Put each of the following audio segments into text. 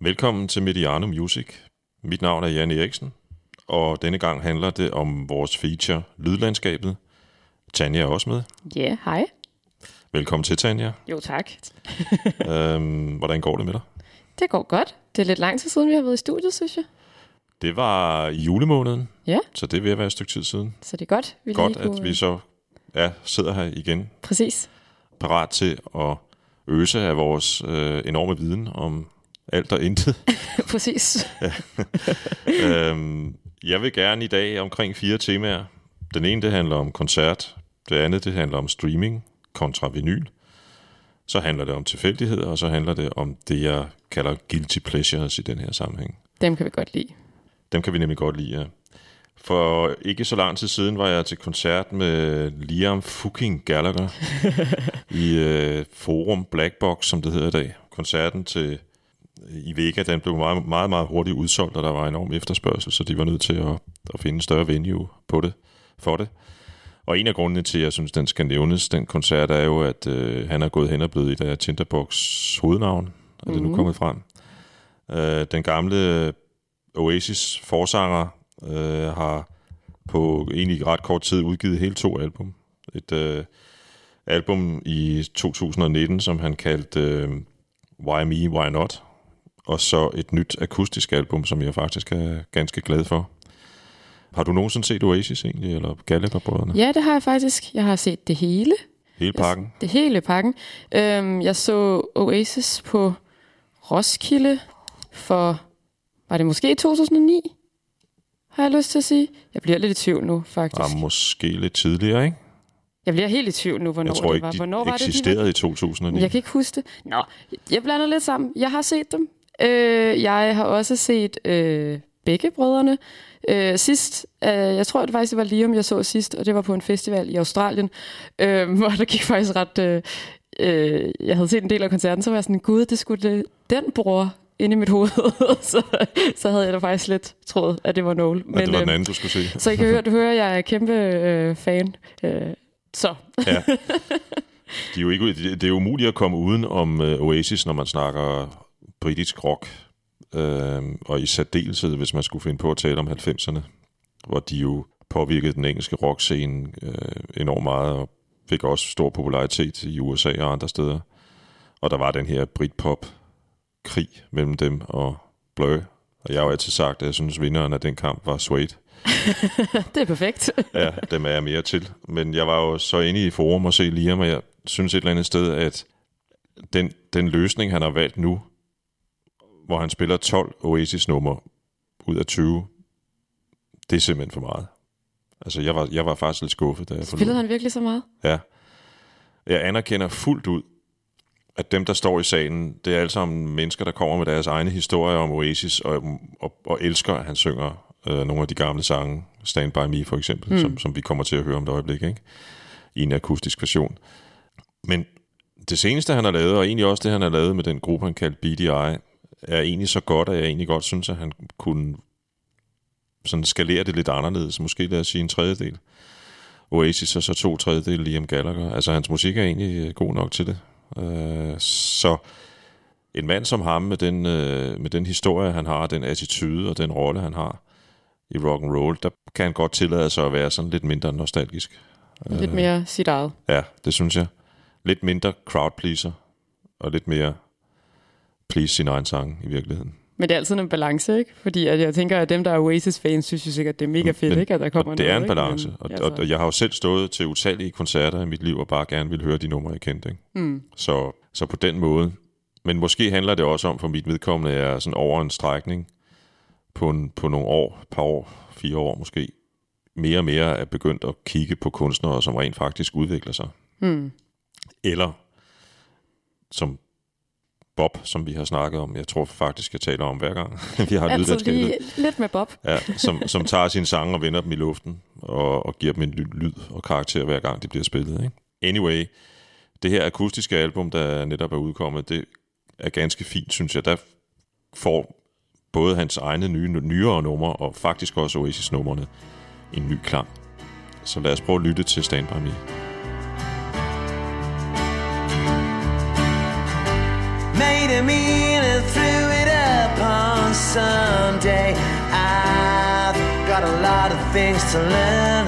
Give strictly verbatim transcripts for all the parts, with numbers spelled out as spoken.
Velkommen til Mediano Music. Mit navn er Jan Eriksen, og denne gang handler det om vores feature Lydlandskabet. Tanja er også med. Ja, yeah, hej. Velkommen til, Tanja. Jo, tak. øhm, hvordan går det med dig? Det går godt. Det er lidt lang tid siden, vi har været i studiet, synes jeg. Det var i julemåneden, ja. Så det er ved at være et stykke tid siden. Så det er godt. Vi godt, at vi så ja, sidder her igen. Præcis. Parat til at øse af vores øh, enorme viden om alt og intet. Præcis. øhm, jeg vil gerne i dag omkring fire temaer. Den ene, det handler om koncert. Det andet, det handler om streaming kontra vinyl. Så handler det om tilfældigheder, og så handler det om det, jeg kalder guilty pleasures i den her sammenhæng. Dem kan vi godt lide. Dem kan vi nemlig godt lide, ja. For ikke så lang tid siden var jeg til koncert med Liam fucking Gallagher i øh, Forum Black Box, som det hedder i dag. Koncerten til i Vega, den blev meget, meget, meget hurtigt udsolgt, og der var enorm efterspørgsel, så de var nødt til at, at finde en større venue på det, for det. Og en af grundene til, at jeg synes, den skal nævnes, den koncert, er jo, at øh, han er gået hen og blevet i der Tinderbox hovednavn, er det mm. nu kommet frem. Øh, den gamle Oasis forsanger øh, har på egentlig ret kort tid udgivet hele to album. Et øh, album i to tusind nitten, som han kaldte øh, Why Me, Why Not? Og så et nyt akustisk album, som jeg faktisk er ganske glad for. Har du nogensinde set Oasis egentlig, eller Gallagher-brødrene? Ja, det har jeg faktisk. Jeg har set det hele. Hele pakken? Jeg, det hele pakken. Øhm, jeg så Oasis på Roskilde for, var det måske to tusind ni? Har jeg lyst til at sige. Jeg bliver lidt i tvivl nu, faktisk. Ja, måske lidt tidligere, ikke? Jeg bliver helt i tvivl nu, hvornår jeg tror det ikke, var. de Hvornår var eksisterede det, de i to tusind ni. Jeg kan ikke huske det. Nå, jeg blander lidt sammen. Jeg har set dem. Øh, jeg har også set øh, begge brødrene. Øh, sidst, øh, jeg tror det faktisk det var Liam, jeg så sidst, og det var på en festival i Australien, øh, hvor der gik faktisk ret... Øh, øh, jeg havde set en del af koncerten, så var jeg sådan, gud, det skulle det, den bror inde i mit hoved. så, så havde jeg da faktisk lidt troet, at det var Noel. Men, det var den anden, du skulle se. Så I kan høre, du hører, jeg er kæmpe øh, fan. Øh, så. ja. De er jo ikke, det er jo umuligt at komme uden om uh, Oasis, når man snakker britisk rock. Uh, og i særdeleshed, hvis man skulle finde på at tale om halvfemserne, hvor de jo påvirkede den engelske rockscene uh, enormt meget, og fik også stor popularitet i U S A og andre steder. Og der var den her Britpop-krig mellem dem og Blur. Og jeg har jo altid sagt, at jeg synes, vinderen af den kamp var Suede. Det er perfekt. Ja, dem er jeg mere til. Men jeg var jo så inde i Forum og se Liam, og jeg synes et eller andet sted, at den, den løsning, han har valgt nu, hvor han spiller tolv Oasis-numre ud af tyve, det er simpelthen for meget. Altså, jeg var, jeg var faktisk lidt skuffet, da jeg forlod. Spillede han virkelig så meget? Ja. Jeg anerkender fuldt ud, at dem, der står i salen, det er alle sammen mennesker, der kommer med deres egne historier om Oasis, og, og, og elsker, at han synger øh, nogle af de gamle sange, Stand By Me for eksempel, mm. som, som vi kommer til at høre om et øjeblik, ikke? I en akustisk version. Men det seneste, han har lavet, og egentlig også det, han har lavet med den gruppe, han kaldte B D I, er egentlig så godt, at jeg egentlig godt synes, at han kunne sådan skalere det lidt anderledes. Måske lad os sige en tredjedel Oasis, og så to tredjedel Liam Gallagher. Altså, hans musik er egentlig god nok til det. Uh, så en mand som ham, med den, uh, med den historie, han har, den attitude og den rolle, han har i rock and roll, der kan han godt tillade sig at være sådan lidt mindre nostalgisk. Lidt uh, mere sit eget. Ja, det synes jeg. Lidt mindre crowd pleaser, og lidt mere please sin egen sang i virkeligheden. Men det er altid en balance, ikke? Fordi at jeg tænker, at dem, der er Oasis-fans, synes jo sikkert, det er mega fedt, men, ikke? At der kommer og det noget, er en balance. Men, og, altså. og, og jeg har jo selv stået til utallige koncerter i mit liv, og bare gerne vil høre de numre, jeg kendte. Ikke? Mm. Så, så på den måde. Men måske handler det også om, for mit vedkommende, at jeg er sådan over en strækning på, en, på nogle år, par år, fire år måske, mere og mere er begyndt at kigge på kunstnere, som rent faktisk udvikler sig. Mm. Eller som Bob, som vi har snakket om. Jeg tror faktisk, jeg taler om hver gang. vi har altså lige lidt med Bob. ja, som, som tager sine sange og vender dem i luften, og, og giver dem en lyd og karakter hver gang de bliver spillet. Ikke? Anyway, det her akustiske album, der netop er udkommet, det er ganske fint, synes jeg. Der får både hans egne nye, nyere numre, og faktisk også Oasis-numrene, en ny klang. Så lad os prøve at lytte til Stand By Me. Made a meal and threw it up someday. I've got a lot of things to learn.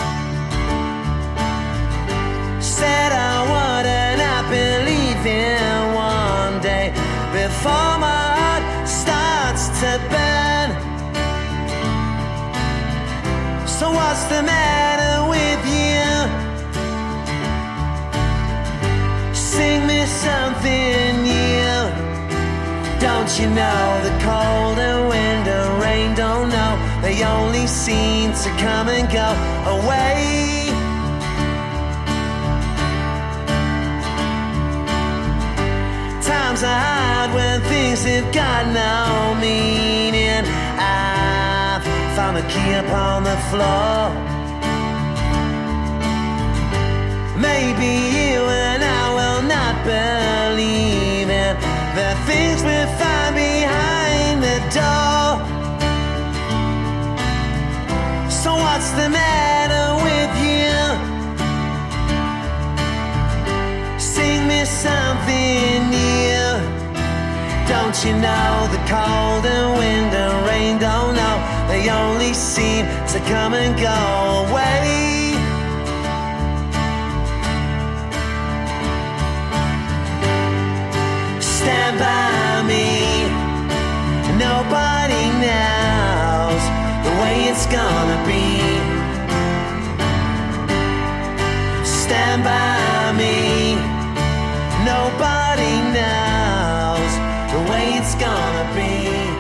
Said I would and I believe in one day before my heart starts to burn. So what's the matter with you? Sing me something new. Don't you know the cold and wind and rain don't know, they only seem to come and go away. Times are hard when things have got no meaning. I've found a key upon the floor. Maybe you and I will not believe in the things we find behind the door. So what's the matter with you? Sing me something new. Don't you know the cold and wind and rain don't know, they only seem to come and go away. Stand by me. Nobody knows the way it's gonna be. Stand by me. Nobody knows the way it's gonna be.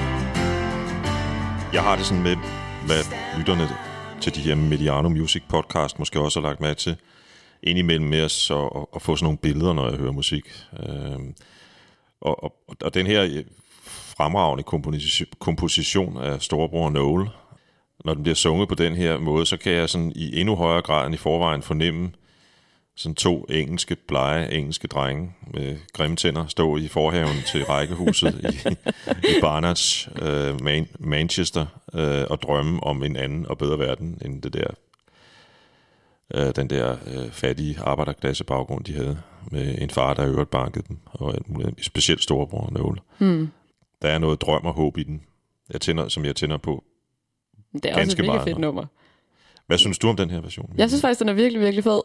Jeg har det sådan med, hvad lytterne til de her Mediano Music podcast måske også har lagt mærke til indimellem med os og, og få sådan nogle billeder, når jeg hører musik. Øhm, og, og, og den her fremragende komposition, komposition af storebror Noel, når den bliver sunget på den her måde, så kan jeg sådan i endnu højere grad end i forvejen fornemme sådan to engelske, blege engelske drenge med grimme tænder stå i forhaven til rækkehuset i, i Barnards, øh, Man, Manchester øh, og drømme om en anden og bedre verden end det der, øh, den der øh, fattige arbejderklasse baggrund, de havde med en far, der i øvrigt bankede dem, og en specielt storebror Noel. Hmm. Der er noget drøm og håb i den, jeg tænder, som jeg tænder på. Det er også et virkelig fedt nummer. Hvad synes du om den her version? Jeg synes faktisk, den er virkelig, virkelig fed.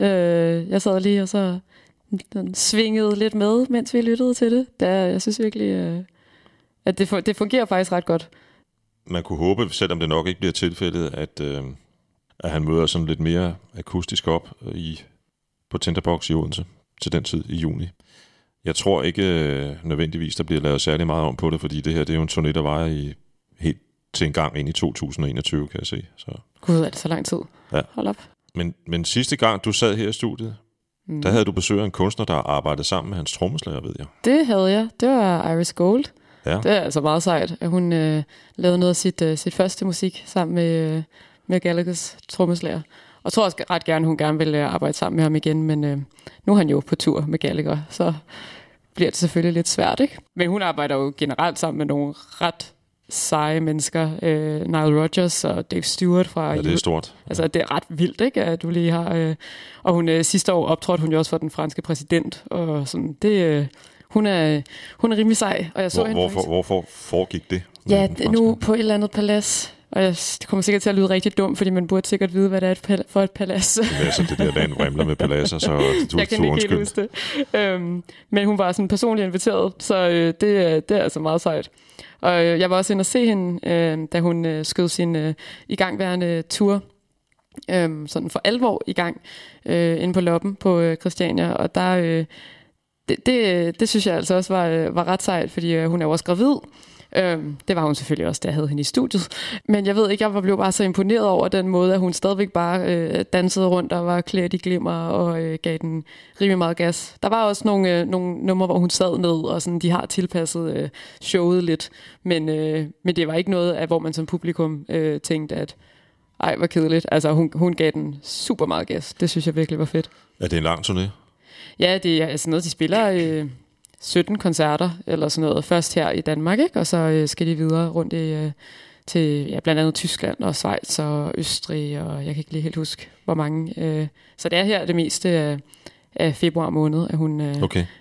Øh, jeg sad lige og så den svingede lidt med, mens vi lyttede til det. Der, jeg synes virkelig, øh, at det, for, det fungerer faktisk ret godt. Man kunne håbe, selvom det nok ikke bliver tilfældet, at, øh, at han møder sådan lidt mere akustisk op i, på Tinderbox i Odense til den tid i juni. Jeg tror ikke øh, nødvendigvis, der bliver lavet særlig meget om på det, fordi det her det er jo en turné, der varer i helt til en gang ind i to tusind og enogtyve, kan jeg se. Så. Gud, er det så lang tid? Ja. Hold op. Men, men sidste gang, du sad her i studiet, mm. der havde du besøg af en kunstner, der arbejdede sammen med hans trommeslager, ved jeg. Det havde jeg. Det var Iris Gold. Ja. Det er altså meget sejt, at hun øh, lavede noget af sit, øh, sit første musik sammen med, øh, med Gallaghers trommeslager. Og jeg tror også ret gerne, hun gerne vil øh, arbejde sammen med ham igen, men øh, nu er han jo på tur med Gallagher, så bliver det selvfølgelig lidt svært, ikke? Men hun arbejder jo generelt sammen med nogle ret seje mennesker, øh, Nile Rodgers og Dave Stewart fra... Ja, det er stort. Altså, det er ret vildt, ikke, at du lige har... Øh, og hun øh, sidste år optrådte hun jo også for den franske præsident, og sådan, det... Øh, hun er, hun er rimelig sej, og jeg så Hvor, hende hvorfor, hvorfor foregik det? Ja, det nu på et eller andet palads, og jeg, det kommer sikkert til at lyde rigtig dumt, fordi man burde sikkert vide, hvad det er pal- for et palads. Det er altså det der land vrimler med paladser, så du, jeg kan du ikke undskyld. helt huske det. Øhm, men hun var sådan personligt inviteret, så øh, det, det er altså meget sejt. Og øh, jeg var også inde og se hende, øh, da hun øh, skød sin øh, igangværende tur, øh, sådan for alvor i gang, øh, inde på Loppen på øh, Christiania, og der... Øh, Det, det, det synes jeg altså også var, var ret sejt, fordi øh, hun er jo også gravid. Øhm, det var hun selvfølgelig også, da jeg havde hende i studiet. Men jeg ved ikke, jeg blev bare så imponeret over den måde, at hun stadigvæk bare øh, dansede rundt og var klædt i glimmer og øh, gav den rimelig meget gas. Der var også nogle, øh, nogle numre, hvor hun sad ned, og sådan, de har tilpasset øh, showet lidt. Men, øh, men det var ikke noget, af, hvor man som publikum øh, tænkte, at ej, hvor kedeligt. Altså, hun, hun gav den super meget gas. Det synes jeg virkelig var fedt. Er det en lang turné? Ja, det er altså noget, de spiller øh, sytten koncerter eller sådan noget, først her i Danmark, ikke? Og så øh, skal de videre rundt i, øh, til ja, blandt andet Tyskland og Schweiz og Østrig, og jeg kan ikke lige helt huske, hvor mange. Øh, så det er her det meste af, af februar måned, at hun, øh, okay.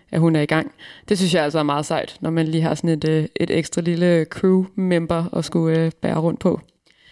at hun er i gang. Det synes jeg altså er meget sejt, når man lige har sådan et, øh, et ekstra lille crew-member at skulle øh, bære rundt på.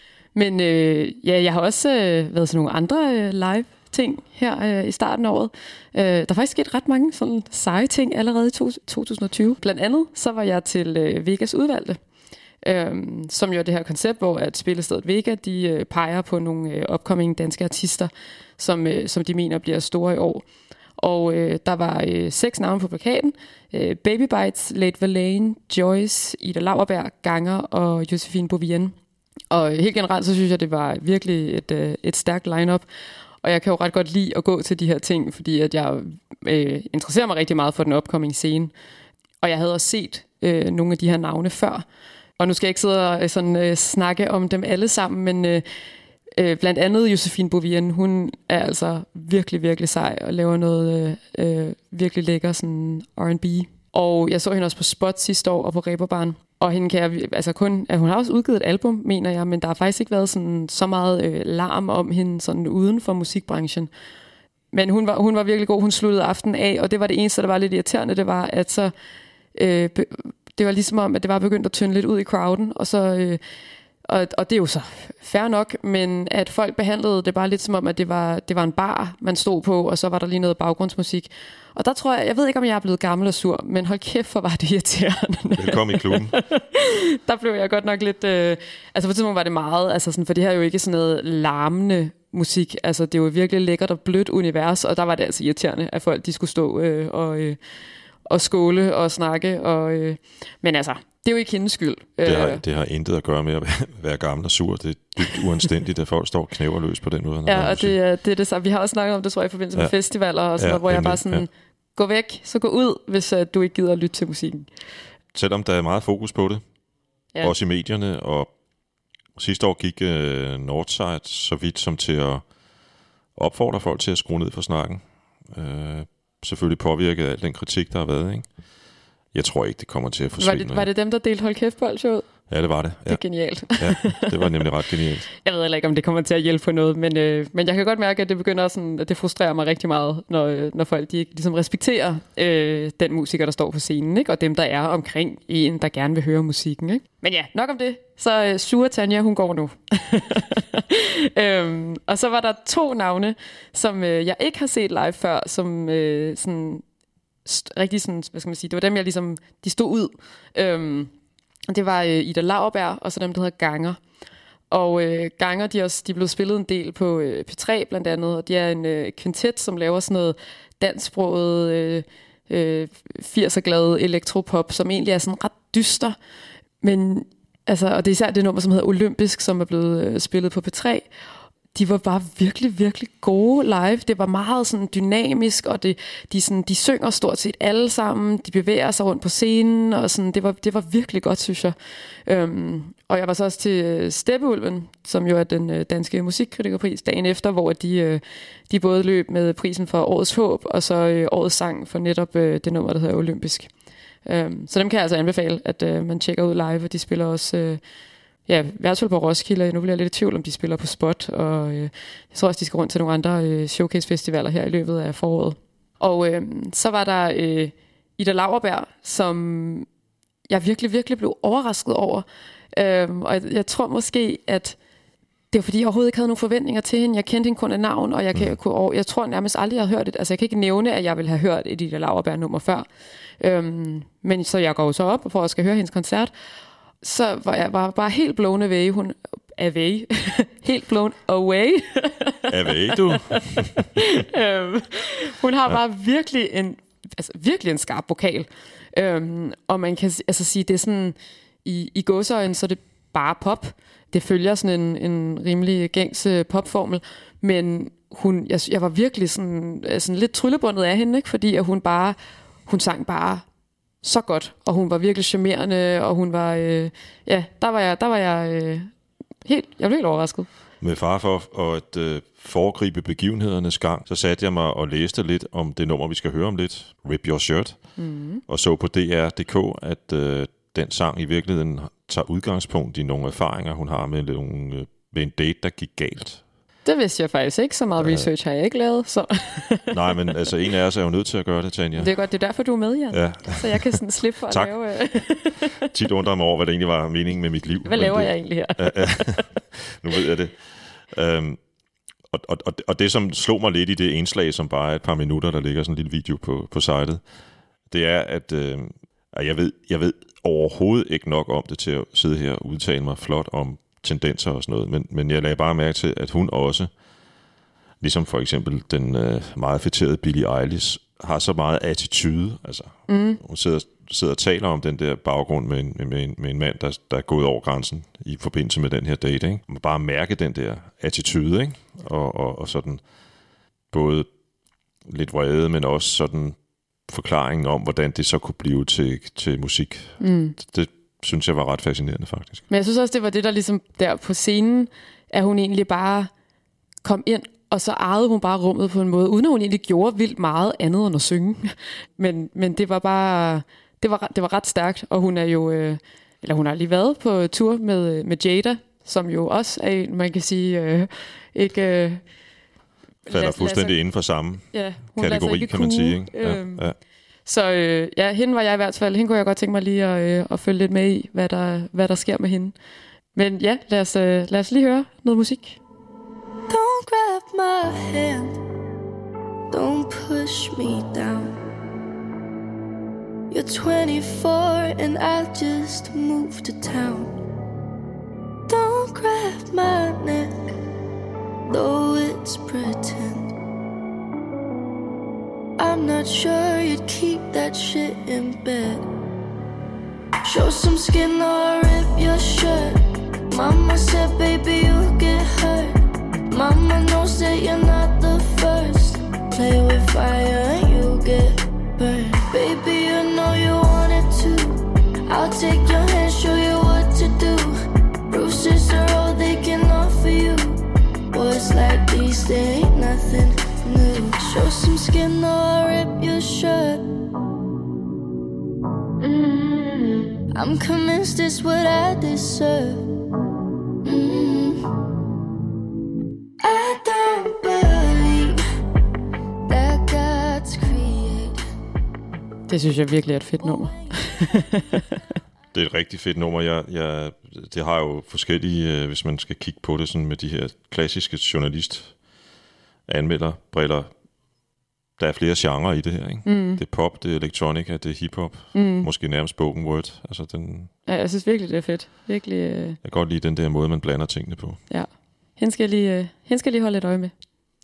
Men øh, ja, jeg har også øh, været til nogle andre øh, live ting her øh, i starten af året. Øh, der er faktisk sket ret mange sådan seje ting allerede i to tusind og tyve. Blandt andet så var jeg til øh, Vegas Udvalgte, øh, som jo er det her koncept, hvor at spillestedet Vega, de øh, peger på nogle øh, upcoming danske artister, som, øh, som de mener bliver store i år. Og øh, der var øh, seks navne på plakaten. Øh, Baby Bites, Late Verlaine, Joyce, Ida Lauerberg, Ganger og Josephine Bovien. Og helt generelt så synes jeg, det var virkelig et, øh, et stærkt line-up. Og jeg kan jo ret godt lide at gå til de her ting, fordi at jeg øh, interesserer mig rigtig meget for den upcoming scene. Og jeg havde også set øh, nogle af de her navne før. Og nu skal jeg ikke sidde og sådan, øh, snakke om dem alle sammen, men øh, øh, blandt andet Josephine Bovien, hun er altså virkelig, virkelig sej og laver noget øh, øh, virkelig lækker sådan R and B. Og jeg så hende også på Spot sidste år og på Reeperbahn. Og hende kan jeg, altså kun, at hun har også udgivet et album, mener jeg, men der har faktisk ikke været sådan, så meget øh, larm om hende sådan uden for musikbranchen. Men hun var, hun var virkelig god, hun sluttede aftenen af, og det var det eneste, der var lidt irriterende, det var, at så, øh, be, det var ligesom om, at det var begyndt at tynde lidt ud i crowden, og så... Øh, Og, og det er jo så fair nok, men at folk behandlede det bare lidt som om, at det var, det var en bar, man stod på, og så var der lige noget baggrundsmusik. Og der tror jeg, jeg ved ikke, om jeg er blevet gammel og sur, men hold kæft, hvor var det irriterende. Velkommen i klubben. Der blev jeg godt nok lidt... Øh, altså på et tidspunkt var det meget, altså sådan, for det her er jo ikke sådan noget larmende musik. Altså det er jo virkelig lækkert og blødt univers, og der var det altså irriterende, at folk de skulle stå øh, og, øh, og skåle og snakke. Og, øh, men altså... Det er jo ikke hendes skyld. Det har, det har intet at gøre med at være gammel og sur. Det er dybt uanstændigt, at folk står og knæver løs på den måde. Ja, og det er, det er det samme. Vi har også snakket om det, tror jeg, i forbindelse ja. med festivaler og sådan ja, noget, hvor jeg bare sådan, ja. gå væk, så gå ud, hvis uh, du ikke gider at lytte til musikken. Selvom der er meget fokus på det, ja. også i medierne, og sidste år gik uh, Northside så vidt som til at opfordre folk til at skrue ned for snakken. Uh, selvfølgelig påvirket af al den kritik, der har været, ikke? Jeg tror ikke, det kommer til at forsvinde. Var det, var det dem, der delte Hold Kæft Boldshowet? Ja, det var det. Ja. Det er genialt. Ja, det var nemlig ret genialt. Jeg ved heller ikke, om det kommer til at hjælpe på noget, men, øh, men jeg kan godt mærke, at det begynder sådan, at det frustrerer mig rigtig meget, når, når folk de ikke ligesom respekterer øh, den musiker, der står på scenen, ikke? Og dem, der er omkring en, der gerne vil høre musikken. Ikke? Men ja, nok om det. Så øh, Sure Tanja, hun går nu. øhm, og så var der to navne, som øh, jeg ikke har set live før, som øh, sådan... rigtig sådan, hvad skal man sige, det var dem, jeg ligesom, de stod ud. Øhm, det var øh, Ida Lauerberg, og så dem, der hedder Ganger. Og øh, Ganger, de er også, de er blevet spillet en del på øh, P tre blandt andet, og de er en øh, kvintet, som laver sådan noget dansksproget, øh, øh, firser-glade elektropop, som egentlig er sådan ret dyster. Men, altså, og det er især det nummer, som hedder Olympisk, som er blevet øh, spillet på P tre. De var bare virkelig, virkelig gode live. Det var meget sådan dynamisk, og det, de, sådan, de synger stort set alle sammen. De bevæger sig rundt på scenen, og sådan, det, var, det var virkelig godt, synes jeg. Øhm, og jeg var så også til Steppeulven, som jo er den øh, danske musikkritikerpris, dagen efter, hvor de, øh, de både løb med prisen for Årets Håb, og så øh, Årets Sang for netop øh, det nummer, der hedder Olympisk. Øhm, så dem kan jeg altså anbefale, at øh, man tjekker ud live, og de spiller også... Øh, Ja, i hvert fald på Roskilde. Nu bliver jeg lidt i tvivl, om de spiller på Spot, og øh, jeg tror også, de skal rundt til nogle andre øh, showcase-festivaler her i løbet af foråret. Og øh, så var der øh, Ida Lauerberg, som jeg virkelig, virkelig blev overrasket over. Øh, og jeg, jeg tror måske, at det var fordi, jeg overhovedet ikke havde nogen forventninger til hende. Jeg kendte hende kun af navn, og jeg, kan, jeg, jeg tror nærmest aldrig, jeg har hørt det. Altså, jeg kan ikke nævne, at jeg ville have hørt et Ida Lauerberg-nummer før. Øh, men så jeg går så op for at skal høre hendes koncert. Så var jeg var bare helt blown away. Hun away. helt blown away. Away, du. øhm, hun har bare virkelig en, altså virkelig en skarp vokal. Øhm, og man kan altså sige, det er sådan, i, i gåseøjne, så er det bare pop. Det følger sådan en, en rimelig gængs popformel. Men hun, jeg, jeg var virkelig sådan, sådan lidt tryllebundet af hende, ikke? Fordi at hun bare, hun sang bare så godt, og hun var virkelig charmerende, og hun var, øh, ja, der var jeg, der var jeg øh, helt, jeg blev helt overrasket. Med far for at øh, foregribe begivenhedernes gang, så satte jeg mig og læste lidt om det nummer, vi skal høre om lidt, Rip Your Shirt, mm. og så på D R punktum d k, at øh, den sang i virkeligheden tager udgangspunkt i nogle erfaringer, hun har med, nogle, øh, med en date, der gik galt. Det vidste jeg faktisk ikke. Så meget uh, research har jeg ikke lavet. Så. Nej, men altså en af os er jo nødt til at gøre det, Tanja. Det er godt, det er derfor, du er med, Jan. Ja. Så jeg kan sådan slippe for at lave... Tit undrer mig over, hvad det egentlig var meningen med mit liv. Hvad laver det, jeg egentlig her? ja, ja. Nu ved jeg det. Um, og, og, og, og det, som slog mig lidt i det indslag, som bare er et par minutter, der ligger sådan en lille video på, på sitet, det er, at øh, jeg, ved, jeg ved overhovedet ikke nok om det til at sidde her og udtale mig flot om tendenser og sådan noget, men, men jeg lagde bare mærke til, at hun også, ligesom for eksempel den øh, meget fætterede Billie Eilish, har så meget attitude. Altså, mm. Hun sidder, sidder og taler om den der baggrund med en, med en, med en mand, der, der er gået over grænsen i forbindelse med den her date. Ikke? Man bare mærke den der attitude, ikke? Og, og, og sådan både lidt vrede, men også sådan forklaringen om, hvordan det så kunne blive til, til musik. Mm. Det, det synes jeg var ret fascinerende, faktisk. Men jeg synes også, det var det, der ligesom der på scenen, at hun egentlig bare kom ind, og så ejede hun bare rummet på en måde, uden at hun egentlig gjorde vildt meget andet end at synge. men, men det var bare, det var, det var ret stærkt, og hun er jo, øh, eller hun har lige været på tur med, med Jada, som jo også er en, man kan sige, øh, ikke... Øh, falder fuldstændig sig, inden for samme ja, kategori, kan man sige. Ikke? Ja, øhm, ja. Så øh, ja, hende var jeg i hvert fald, hende kunne jeg godt tænke mig lige at, øh, at følge lidt med i, hvad der, hvad der sker med hende. Men ja, lad os, øh, lad os lige høre noget musik. Don't grab my hand, don't push me down. You're twenty-four and I just moved to town. Don't grab my neck, though it's pretend. I'm not sure you'd keep that shit in bed. Show some skin or rip your shirt. Mama said, baby, you'll get hurt. Mama knows that you're not the first. Play with fire and you'll get burned. Baby, you know you want it too. I'll take your hand, show you what to do. Bruises are all they can offer you. Boys like these, they ain't nothing new. Show some skin or I'll rip your shirt. Mm-hmm. I'm convinced it's what I deserve. Mm-hmm. I don't believe that God's created. Det synes jeg virkelig er et fedt nummer. Det er et rigtig fedt nummer. Jeg, jeg, det har jo forskellige, hvis man skal kigge på det sådan med de her klassiske journalist anmelderbriller. Der er flere genrer i det her, ikke? Mm. Det er pop, det er electronica, det er hiphop, mm. måske nærmest spoken word. Altså den, ja, jeg synes virkelig, det er fedt. Virkelig, øh... Jeg kan godt lide den der måde, man blander tingene på. Ja, hende skal jeg lige, øh... hende skal jeg lige holde et øje med.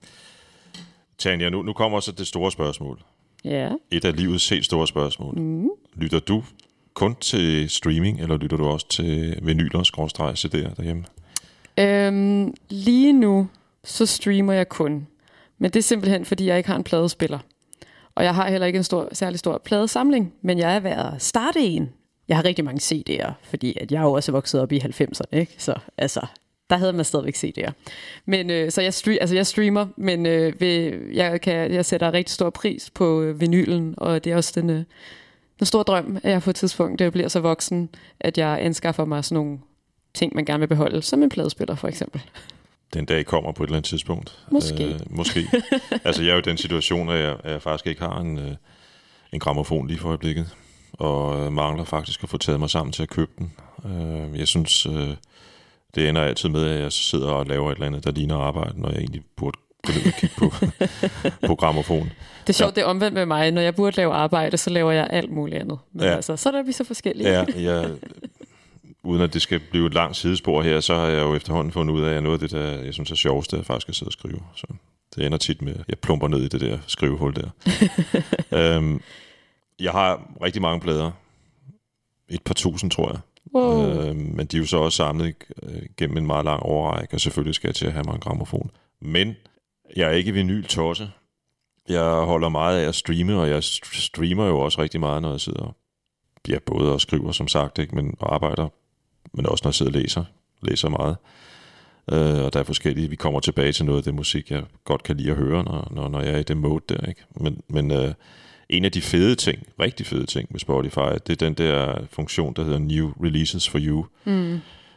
Tanja, nu, nu kommer så det store spørgsmål. Ja. Et af livets helt store spørgsmål. Mm. Lytter du kun til streaming, eller lytter du også til vinyler-C D'er derhjemme? Øhm, lige nu, så streamer jeg kun. Men det er simpelthen, fordi jeg ikke har en pladespiller. Og jeg har heller ikke en stor, særlig stor pladesamling, men jeg er ved at starte en. Jeg har rigtig mange C D'er, fordi at jeg er jo også vokset op i halvfemserne, ikke? Så altså, der havde man stadigvæk C D'er. Men øh, så jeg, stream, altså, jeg streamer, men øh, ved, jeg, kan, jeg sætter rigtig stor pris på øh, vinylen, og det er også den, øh, den store drøm, at jeg på et tidspunkt det bliver så voksen, at jeg anskaffer mig sådan nogle ting, man gerne vil beholde, som en pladespiller for eksempel. Den dag kommer på et eller andet tidspunkt. Måske. Øh, måske. Altså jeg er jo i den situation, at jeg, at jeg faktisk ikke har en, øh, en grammofon lige for øjeblikket, og mangler faktisk at få taget mig sammen til at købe den. Øh, jeg synes, øh, det ender altid med, at jeg sidder og laver et eller andet, der ligner arbejde, når jeg egentlig burde gå ned og kigge på, på grammofon. Det er sjovt, ja. Det er omvendt med mig. Når jeg burde lave arbejde, så laver jeg alt muligt andet. Men ja. altså, så er vi så forskellige. Ja, jeg... Uden at det skal blive et langt sidespor her, så har jeg jo efterhånden fundet ud af, at noget af det, der jeg synes er sjovest, det er faktisk at sidde og skrive. Så det ender tit med, at jeg plumper ned i det der skrivehul der. øhm, jeg har rigtig mange plader. Et par tusind, tror jeg. Wow. Øhm, men de er jo så også samlet gennem en meget lang overrække, og selvfølgelig skal jeg til at have mig en grammofon. Men jeg er ikke vinyl-tosse. Jeg holder meget af at streame, og jeg streamer jo også rigtig meget, når jeg sidder ja, både og skriver, som sagt, ikke, men og arbejder, men også når jeg sidder og læser, læser meget. Øh, og der er forskellige, vi kommer tilbage til noget af det musik, jeg godt kan lide at høre, når, når, når jeg er i det mode der, ikke? Men, men øh, en af de fede ting, rigtig fede ting med Spotify, det er den der funktion, der hedder New Releases for You, mm.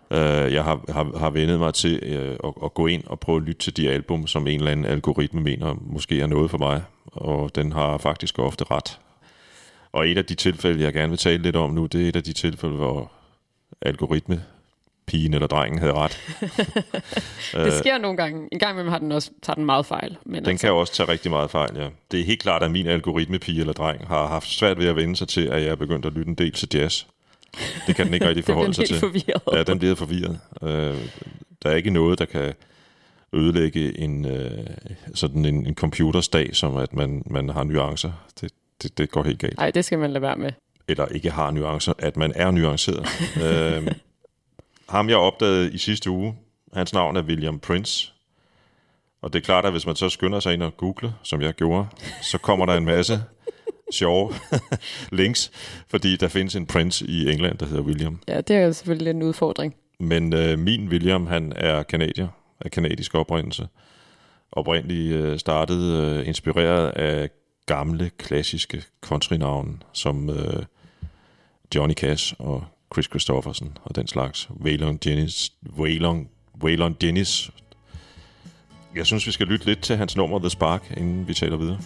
Uh, jeg har, har, har vendet mig til uh, at, at gå ind og prøve at lytte til de album, som en eller anden algoritme mener måske er noget for mig, og den har faktisk ofte ret. Og et af de tilfælde, jeg gerne vil tale lidt om nu, det er et af de tilfælde, hvor algoritme, pigen eller drengen havde ret. Det sker nogle gange. En gang imellem har den også tager den meget fejl. Men den altså. kan også tage rigtig meget fejl, ja. Det er helt klart, at min algoritme, pige eller dreng, har haft svært ved at vende sig til, at jeg er begyndt at lytte en del til jazz. Det kan den ikke rigtig forholde sig til. Forvirret. Ja, den bliver forvirret. Øh, der er ikke noget, der kan ødelægge en, øh, sådan en, en computersdag, som at man, man har nuancer. Det, det, det går helt galt. Nej, det skal man lade være med. Eller ikke har nuancer, at man er nuanceret. øh, ham jeg opdagede i sidste uge, hans navn er William Prince. Og det er klart, at hvis man så skynder sig ind og google, som jeg gjorde, så kommer der en masse sjove links, fordi der findes en Prince i England, der hedder William. Ja, det er jo selvfølgelig en udfordring. Men øh, min William, han er kanadier, af kanadisk oprindelse. Oprindeligt øh, startet øh, inspireret af gamle, klassiske countrynavne, som øh, Johnny Cash og Chris Christopherson og den slags. Waylon Jennings, Waylon, Waylon Jennings. Jeg synes, vi skal lytte lidt til hans nummer The Spark, inden vi taler videre.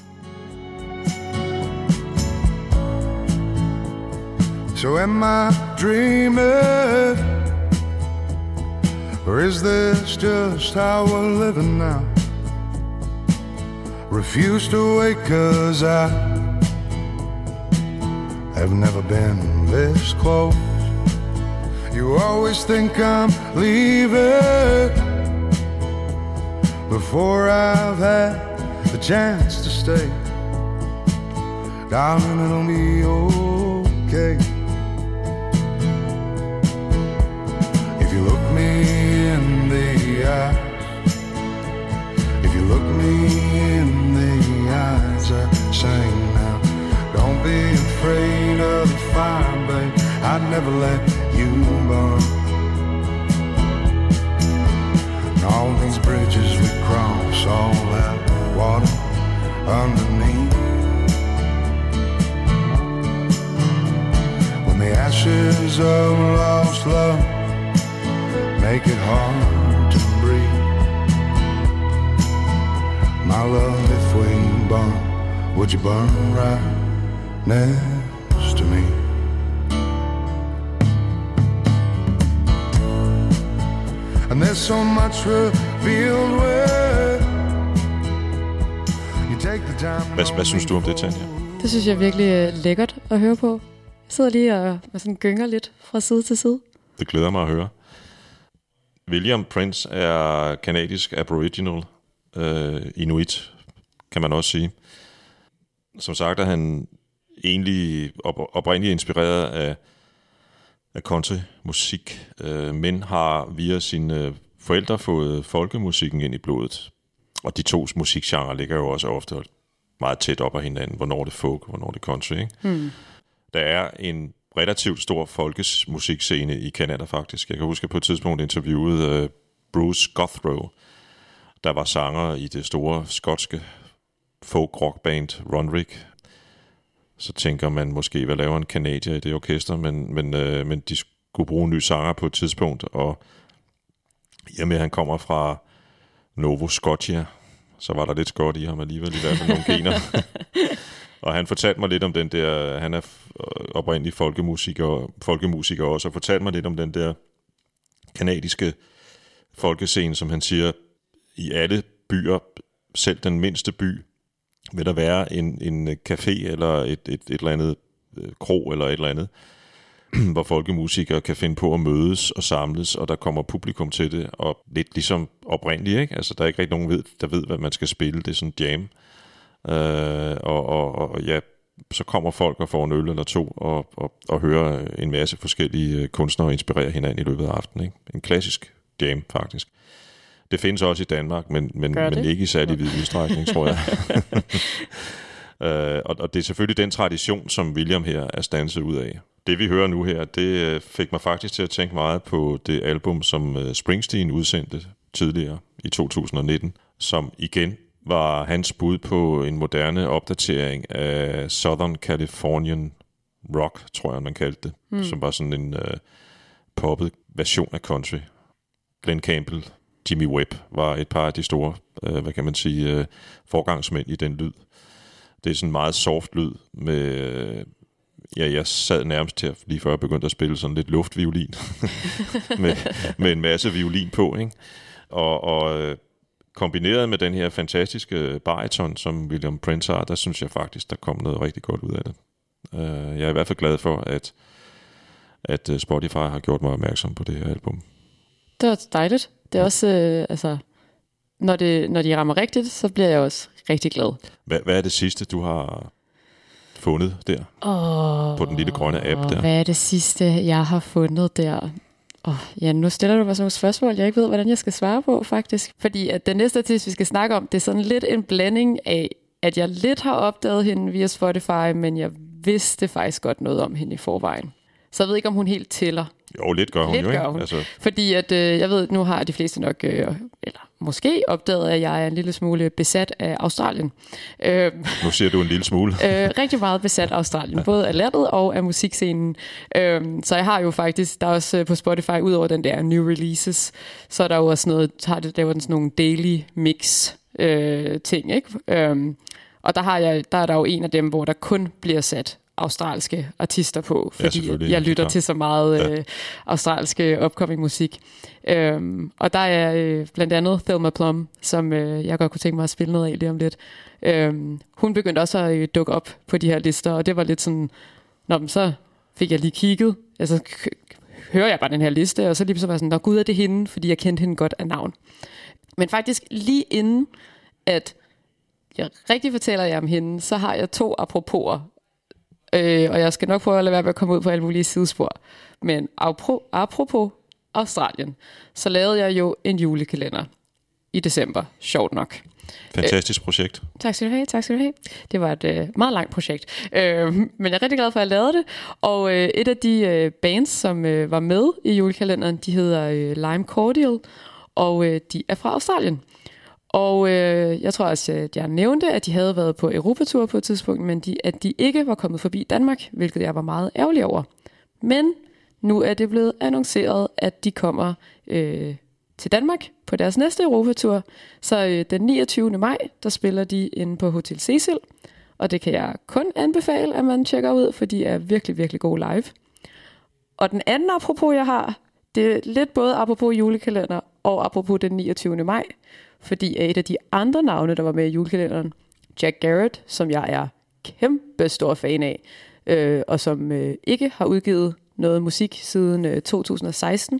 So am I dreaming, or is this just how we're living now? Refuse to wait, 'cause I have never been this close. You always think I'm leaving before I've had the chance to stay. Darling, it'll be okay if you look me in the eyes. If you look me in the eyes, I sing now. Don't be afraid of the fire, babe. I'd never let you burn. And all these bridges we cross all have water underneath. When the ashes of lost love make it hard to breathe, my love, if we burn, would you burn right next to me? And there's so much revealed where you take the time. Hvad, hvad synes du om det, Tanja? Det synes jeg er virkelig lækkert at høre på. Jeg sidder lige og, og sådan gynger lidt fra side til side. Det glæder mig at høre. William Prince er kanadisk aboriginal, øh, inuit, kan man også sige. Som sagt er han egentlig op- oprindeligt inspireret af, af country-musik, øh, men har via sine forældre fået folkemusikken ind i blodet. Og de to musikgenre ligger jo også ofte meget tæt op ad hinanden. Hvornår det folk, hvornår det country, ikke? Hmm. Der er en relativt stor folkemusikscene i Canada faktisk. Jeg kan huske, at på et tidspunkt interviewede uh, Bruce Guthrow, der var sanger i det store skotske folk-rockband Runrig. Så tænker man måske, hvad laver en canadier i det orkester, men, men, øh, men de skulle bruge en ny sanger på et tidspunkt, og i og med, at han kommer fra Nova Scotia, så var der lidt skot i ham alligevel, i hvert fald nogle gener. Og han fortalte mig lidt om den der, han er oprindelig folkemusiker, folkemusiker også, og fortalte mig lidt om den der kanadiske folkescene, som han siger, i alle byer, selv den mindste by, vil der være en, en café eller et, et, et eller andet krog eller et eller andet, hvor folkemusikere kan finde på at mødes og samles, og der kommer publikum til det, og lidt ligesom oprindeligt, ikke? Altså, der er ikke rigtig nogen, ved, der ved, hvad man skal spille. Det er sådan jam. Øh, og, og, og ja, så kommer folk og får en øl eller to, og, og, og hører en masse forskellige kunstnere inspirere hinanden i løbet af aftenen, ikke? En klassisk jam, faktisk. Det findes også i Danmark, men, men, men ikke i særlig vid udstrækning, tror jeg. uh, og, og det er selvfølgelig den tradition, som William her er standset ud af. Det vi hører nu her, det fik mig faktisk til at tænke meget på det album, som Springsteen udsendte tidligere i to tusind nitten, som igen var hans bud på en moderne opdatering af Southern Californian rock, tror jeg, man kaldte det, mm. som var sådan en uh, poppet version af country. Glenn Campbell, Jimmy Webb var et par af de store, øh, hvad kan man sige, øh, forgangsmænd i den lyd. Det er sådan en meget soft lyd med, øh, ja, jeg sad nærmest til, lige før jeg begyndte at spille sådan lidt luftviolin, med, med en masse violin på, ikke? Og, og øh, kombineret med den her fantastiske bariton, som William Prince har, der synes jeg faktisk, der kom noget rigtig godt ud af det. Uh, jeg er i hvert fald glad for, at, at Spotify har gjort mig opmærksom på det her album. Det er dejligt. Det er også, øh, altså, når, det, når de rammer rigtigt, så bliver jeg også rigtig glad. Hvad, hvad er det sidste, du har fundet der? Oh, på den lille grønne app der? Hvad er det sidste, jeg har fundet der? Oh, ja, nu stiller du mig sådan nogle spørgsmål, jeg ikke ved, hvordan jeg skal svare på, faktisk. Fordi at den næste artist, vi skal snakke om, det er sådan lidt en blanding af, at jeg lidt har opdaget hende via Spotify, men jeg vidste faktisk godt noget om hende i forvejen. Så jeg ved ikke, om hun helt tæller. Jo, lidt gør hun lidt jo, ikke? Gør hun. Altså. Fordi at, øh, jeg ved, nu har de fleste nok, øh, eller måske opdaget, at jeg er en lille smule besat af Australien. Øh, nu siger du en lille smule. øh, rigtig meget besat af Australien, både af landet og af musikscenen. Øh, så jeg har jo faktisk, der er også på Spotify, ud over den der new releases, så er der jo også noget, har det, der var sådan nogle daily mix øh, ting, ikke? Øh, og der, har jeg, der er der jo en af dem, hvor der kun bliver sat australske artister på, fordi ja, jeg lytter til så meget ja. øh, australske upcoming musik. Øhm, og der er øh, blandt andet Thelma Plum, som øh, jeg godt kunne tænke mig at spille noget af lige om lidt. Øhm, hun begyndte også at øh, dukke op på de her lister, og det var lidt sådan, nå, men så fik jeg lige kigget, altså k- hører jeg bare den her liste, og så lige så var jeg sådan, nå gud, er det hende, fordi jeg kendte hende godt af navn. Men faktisk lige inden, at jeg rigtig fortæller jer om hende, så har jeg to aproposer. Øh, og jeg skal nok prøve at lade være med at komme ud på alle mulige sidespor. Men apro- apropos Australien, så lavede jeg jo en julekalender i december, sjovt nok. Fantastisk projekt. Øh, tak skal du have, tak skal du have. Det var et øh, meget langt projekt. Øh, men jeg er rigtig glad for, at jeg lavede det. Og øh, et af de øh, bands, som øh, var med i julekalenderen, de hedder øh, Lime Cordial, og øh, de er fra Australien. Og øh, jeg tror også, at jeg nævnte, at de havde været på Europatur på et tidspunkt, men de, at de ikke var kommet forbi Danmark, hvilket jeg var meget ærgerlig over. Men nu er det blevet annonceret, at de kommer øh, til Danmark på deres næste Europatur. Så øh, den niogtyvende maj, der spiller de inde på Hotel Cecil, og det kan jeg kun anbefale, at man tjekker ud, for de er virkelig, virkelig gode live. Og den anden apropos, jeg har, det er lidt både apropos julekalender og apropos den niogtyvende maj, fordi et af de andre navne, der var med i julekalenderen, Jack Garrett, som jeg er kæmpe stor fan af, øh, og som øh, ikke har udgivet noget musik siden øh, to tusind og seksten.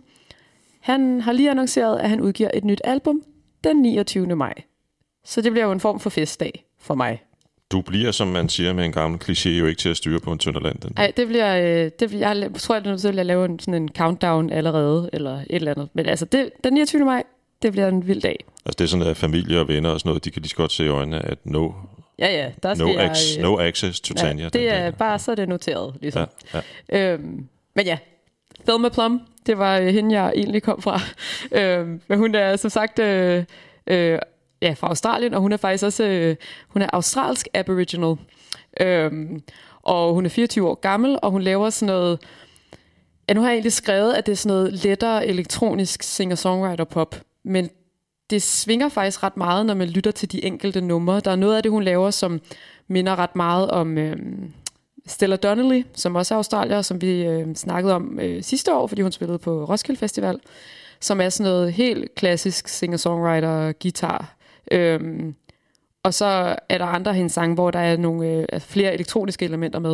Han har lige annonceret, at han udgiver et nyt album den niogtyvende maj. Så det bliver jo en form for festdag for mig. Du bliver, som man siger med en gammel kliché, jo ikke til at styre på en Tønderland. Nej, det bliver, øh, det bliver, jeg tror, at nu vil jeg lave en, sådan en countdown allerede, eller et eller andet. Men altså, det, den niogtyvende maj, det bliver en vild dag. Altså det er sådan, at familie og venner og sådan noget, de kan lige så godt se i øjnene, at no, ja, ja, der no, jeg, ac- no access to Tanya. Ja, det er dag. Bare, så er det noteret, ligesom. Ja, ja. Øhm, men ja, Thelma Plum, det var øh, hende, jeg egentlig kom fra. øhm, men hun er som sagt øh, øh, ja, fra Australien, og hun er faktisk også øh, hun er australsk aboriginal. Øhm, og hun er fireogtyve år gammel, og hun laver sådan noget. Ja, nu har jeg egentlig skrevet, at det er sådan noget lettere elektronisk singer-songwriter-pop, men det svinger faktisk ret meget, når man lytter til de enkelte numre. Der er noget af det, hun laver, som minder ret meget om øh, Stella Donnelly, som også er australier, som vi øh, snakkede om øh, sidste år, fordi hun spillede på Roskilde Festival, som er sådan noget helt klassisk singer-songwriter-guitar. Øhm, og så er der andre af hendes sange, hvor der er nogle øh, flere elektroniske elementer med.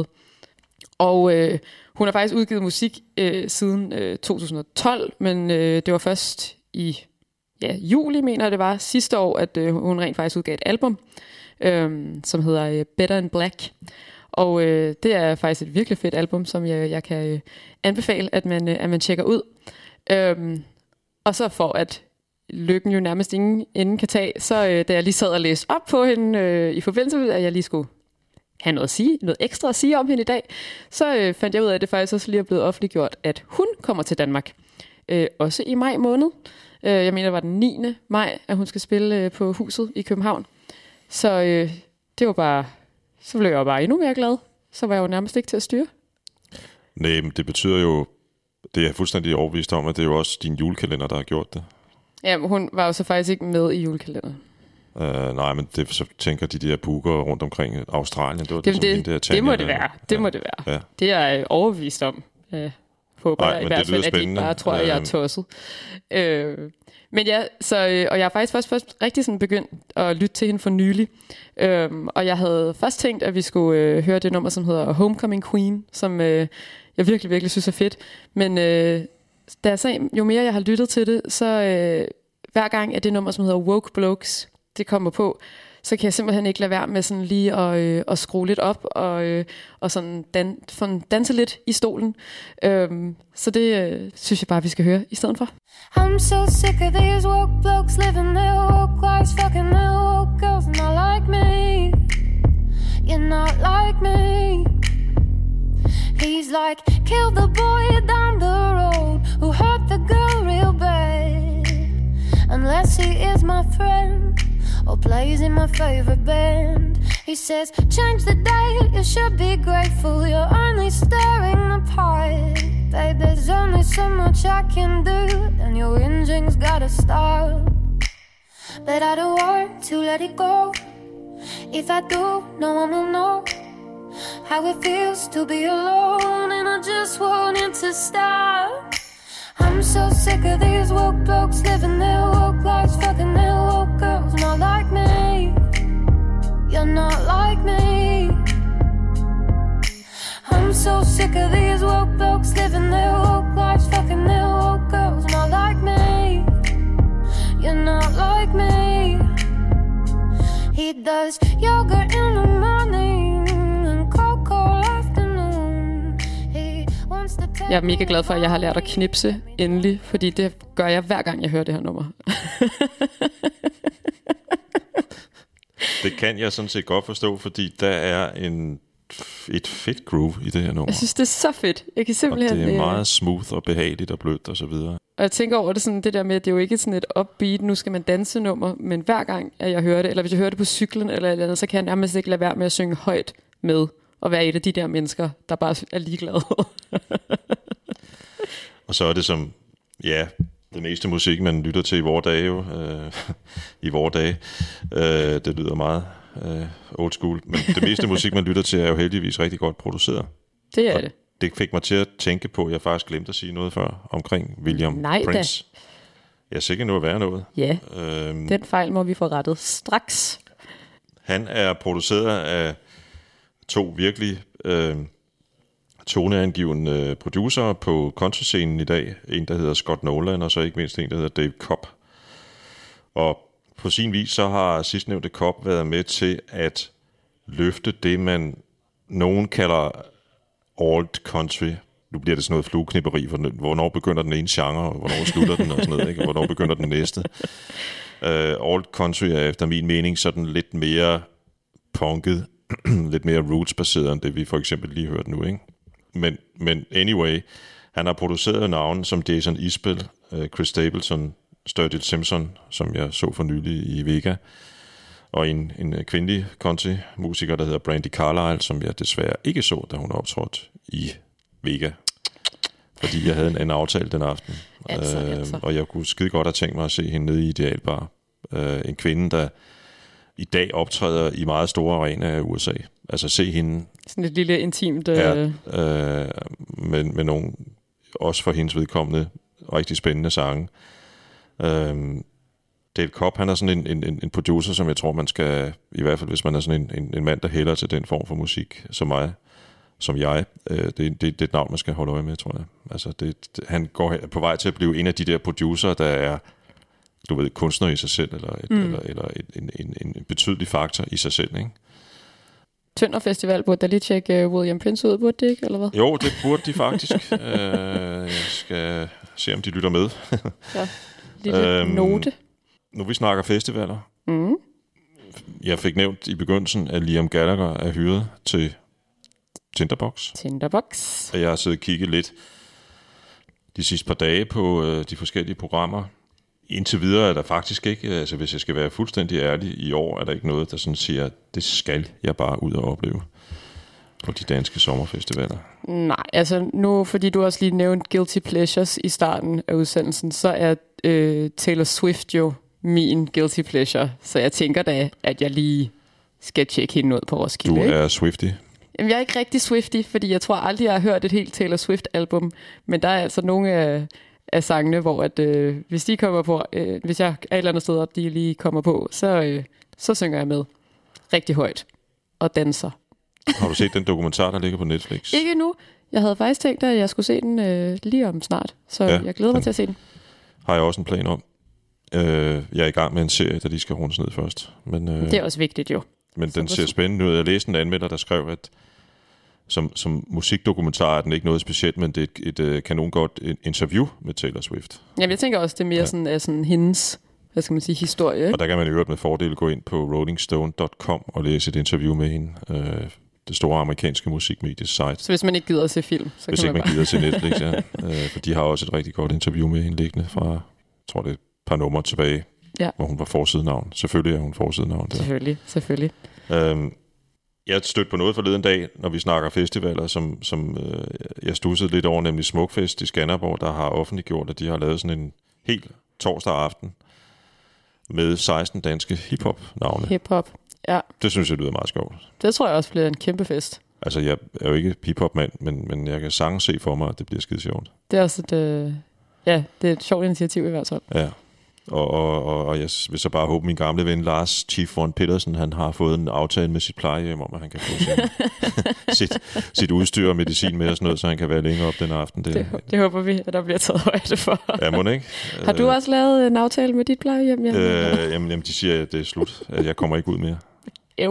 Og øh, hun har faktisk udgivet musik øh, siden øh, to tusind og tolv, men øh, det var først i ja, juli, mener jeg det var, sidste år, at øh, hun rent faktisk udgav et album, øh, som hedder øh, Better in Black. Og øh, det er faktisk et virkelig fedt album, som jeg, jeg kan øh, anbefale, at man, øh, at man tjekker ud. Øh, og så for at lykken jo nærmest ingen ende kan tage, så øh, da jeg lige sad og læste op på hende, øh, i forbindelse med, at jeg lige skulle have noget, at sige, noget ekstra at sige om hende i dag, så øh, fandt jeg ud af, at det faktisk også lige er blevet offentliggjort, at hun kommer til Danmark. Øh, også i maj måned. Øh, jeg mener, det var den niende maj, at hun skal spille øh, på Huset i København. Så øh, det var bare, så blev jeg bare endnu mere glad. Så var jeg jo nærmest ikke til at styre. Nej, men det betyder jo, Det er jeg fuldstændig overbevist om, at det er jo også din julekalender, der har gjort det. Ja, men hun var jo så faktisk ikke med i julekalenderen. Uh, nej, men det, så tænker de der booker rundt omkring Australien. Det, var det, det, det, der det må det være. Det ja. må det være. Ja. Det er jeg overbevist om. Jeg håber nej, jeg i men hvert fald, at de ikke bare tror, at jeg er tosset. Øh, men ja, så, øh, og jeg har faktisk først, først rigtig sådan begyndt at lytte til hende for nylig. Øh, og jeg havde først tænkt, at vi skulle øh, høre det nummer, som hedder Homecoming Queen, som øh, jeg virkelig, virkelig synes er fedt. Men øh, da jeg så, jo mere jeg har lyttet til det, så øh, hver gang at det nummer, som hedder Woke Blokes, det kommer på, så kan jeg simpelthen ikke lade være med sådan lige at, øh, at skrue lidt op og, øh, og sådan dan- sådan danse lidt i stolen. Øhm, så det øh, synes jeg bare, vi skal høre i stedet for. I'm so sick of these woke blokes living their woke lives, fucking their woke girls, not like me. You're not like me. He's like, kill the boy down the road who hurt the girl real bad, unless he is my friend or plays in my favorite band. He says, change the date, you should be grateful you're only stirring the pot. Babe, there's only so much I can do, and your whinging's gotta stop. But I don't want to let it go. If I do, no one will know how it feels to be alone, and I just want it to stop. I'm so sick of these woke blokes living their woke lives, fucking their woke girls, not like me. You're not like me. I'm so sick of these woke blokes living their woke lives, fucking their woke girls, not like me. You're not like me. He does yoga in the morning and cocoa afternoon. He wants to take. Jeg er mega glad for, at jeg har lært at knipse endelig, fordi det gør jeg hver gang, jeg hører det her nummer. Det kan jeg sådan set godt forstå, fordi der er en, et fedt groove i det her nummer. Jeg synes, det er så fedt. Jeg kan simpelthen, og det er meget smooth og behageligt og blødt og så videre. Og jeg tænker over det sådan, det der med, at det er jo ikke sådan et upbeat, nu skal man danse nummer, men hver gang, at jeg hører det, eller hvis jeg hører det på cyklen eller et eller andet, så kan jeg nærmest ikke lade være med at synge højt med, og være et af de der mennesker, der bare er ligeglade. Og så er det som, ja, det meste musik, man lytter til i vore dage jo, øh, i vore dage, øh, det lyder meget øh, old school, men det meste musik, man lytter til, er jo heldigvis rigtig godt produceret. Det er og det. Det fik mig til at tænke på, at jeg faktisk glemte at sige noget før, omkring William Nej, Prince. Da. Jeg er sikker nu at være noget. Ja, øhm, den fejl må vi få rettet straks. Han er produceret af to virkelig øh, toneangivende producer på countryscenen i dag. En, der hedder Scott Nolan, og så ikke mindst en, der hedder Dave Cobb. Og på sin vis, så har sidstnævnte Cobb været med til at løfte det, man nogen kalder alt country. Nu bliver det sådan noget flueknipperi, for hvornår begynder den ene genre, og hvornår slutter den, og sådan noget, ikke? Og hvornår begynder den næste. Uh, alt country er efter min mening sådan lidt mere punket, lidt mere roots-baseret, end det vi for eksempel lige hørte nu, ikke? Men, men anyway, han har produceret navne som Jason Isbell, uh, Chris Stapleton, Sturgill Simpson, som jeg så for nylig i Vega, og en, en kvindelig country-musiker, der hedder Brandi Carlile, som jeg desværre ikke så, da hun optrådte i Vega, fordi jeg havde en, en aftale den aften. Altså, øh, altså. Og jeg kunne skide godt have tænkt mig at se hende nede i Idealbar. Øh, en kvinde, der i dag optræder i meget store arenaer i U S A. Altså se hende... Sådan et lille intimt... Ja, øh... øh, med, med nogle, også for hendes vedkommende, rigtig spændende sange. Øh, Dave Cobb, han er sådan en, en, en producer, som jeg tror, man skal... I hvert fald, hvis man er sådan en, en, en mand, der hælder til den form for musik, som mig... som jeg, øh, det, det, det er et navn, man skal holde øje med, tror jeg. Altså, det, det, han går på vej til at blive en af de der producer, der er, du ved, kunstner i sig selv, eller, et, mm. eller, eller et, en, en, en betydelig faktor i sig selv, ikke? Tønder Festival, burde der lige tjekke uh, William Prince ud, burde det ikke, eller hvad? Jo, det burde de faktisk. uh, jeg skal se, om de lytter med. Ja, lille øhm, note. Nu vi snakker festivaler. Mm. Jeg fik nævnt i begyndelsen, at Liam Gallagher er hyret til Tinderbox. Tinderbox. Og jeg har siddet og kigget lidt de sidste par dage på øh, de forskellige programmer. Indtil videre er der faktisk ikke, altså hvis jeg skal være fuldstændig ærlig, i år er der ikke noget, der sådan siger, det skal jeg bare ud og opleve. på de danske sommerfestivaler? Nej, altså nu, fordi du også lige nævnte Guilty Pleasures i starten af udsendelsen, så er øh, Taylor Swift jo min Guilty Pleasure. Så jeg tænker da, at jeg lige skal tjekke hende ud på Roskilde. Du ikke? er Swiftie? Jamen, jeg er ikke rigtig Swiftie, fordi jeg tror aldrig, jeg har hørt et helt Taylor Swift-album. Men der er altså nogle af, af sangene, hvor at, øh, hvis de kommer på, øh, hvis jeg er et eller andet sted, og de lige kommer på, så, øh, så synger jeg med rigtig højt og danser. Har du set den dokumentar, der ligger på Netflix? Ikke endnu. Jeg havde faktisk tænkt, at jeg skulle se den øh, lige om snart, så ja, jeg glæder mig til at se den. Har jeg også en plan om. Øh, jeg er i gang med en serie, der lige skal rundes ned først. Men, øh, det er også vigtigt jo. Men den ser spændende ud. Jeg læste en anmelder, der skrev, at som, som musikdokumentar er den ikke noget specielt, men det er et, et, et kanongodt interview med Taylor Swift. Jamen, jeg tænker også, det er mere ja. sådan, er sådan hendes, hvad skal man sige, historie. Ikke? Og der kan man i øvrigt med fordel gå ind på rolling stone punktum com og læse et interview med hende. Øh, det store amerikanske musikmedies site. Så hvis man ikke gider at se film, så hvis kan ikke man man gider at se Netflix, ja. øh, for de har også et rigtig godt interview med hende liggende fra, jeg tror det er et par numre tilbage, ja. Hvor hun var forsidenavn. Selvfølgelig er hun forsidenavn. Der. Selvfølgelig, selvfølgelig. Øhm, jeg stødte på noget forleden dag, når vi snakker festivaler, som, som øh, jeg studsede lidt over, nemlig Smukfest i Skanderborg, der har offentliggjort, at de har lavet sådan en helt torsdag aften med seksten danske hiphop-navne. Hiphop, ja. Det synes jeg lyder meget sjovt. Det tror jeg også bliver en kæmpe fest. Altså, jeg er jo ikke hiphop-mand, men, men jeg kan sagtens se for mig, at det bliver skide sjovt. Det er også et, øh, ja, det er et sjovt initiativ i hvert fald. Ja. Og, og, og, og jeg vil så bare håbe, min gamle ven Lars Chief Von Petersen, han har fået en aftale med sit plejehjem om, at han kan få sin, sit, sit udstyr og medicin med og sådan noget, så han kan være længere op den aften. Det, det, det håber vi, at der bliver taget højde for. Ja, må ikke? Har du også lavet en aftale med dit plejehjem? Øh, jamen, jamen, de siger, at det er slut. At jeg kommer ikke ud mere. Jo.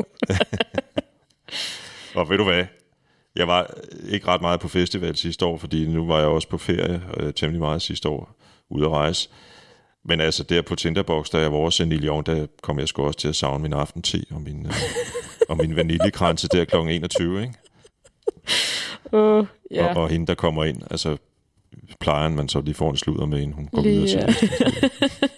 Og ved du hvad? Jeg var ikke ret meget på festival sidste år, fordi nu var jeg også på ferie øh, temmelig meget sidste år ude at rejse. Men altså der på Tinderbox, da jeg var også en million, der kom jeg sgu også til at savne min aftente og min, øh, og min vaniljekranse der klokken enogtyve, ikke? Uh, yeah. og, og hende, der kommer ind, altså plejer man så lige får en sludder med, inden hun går lige, videre til ja.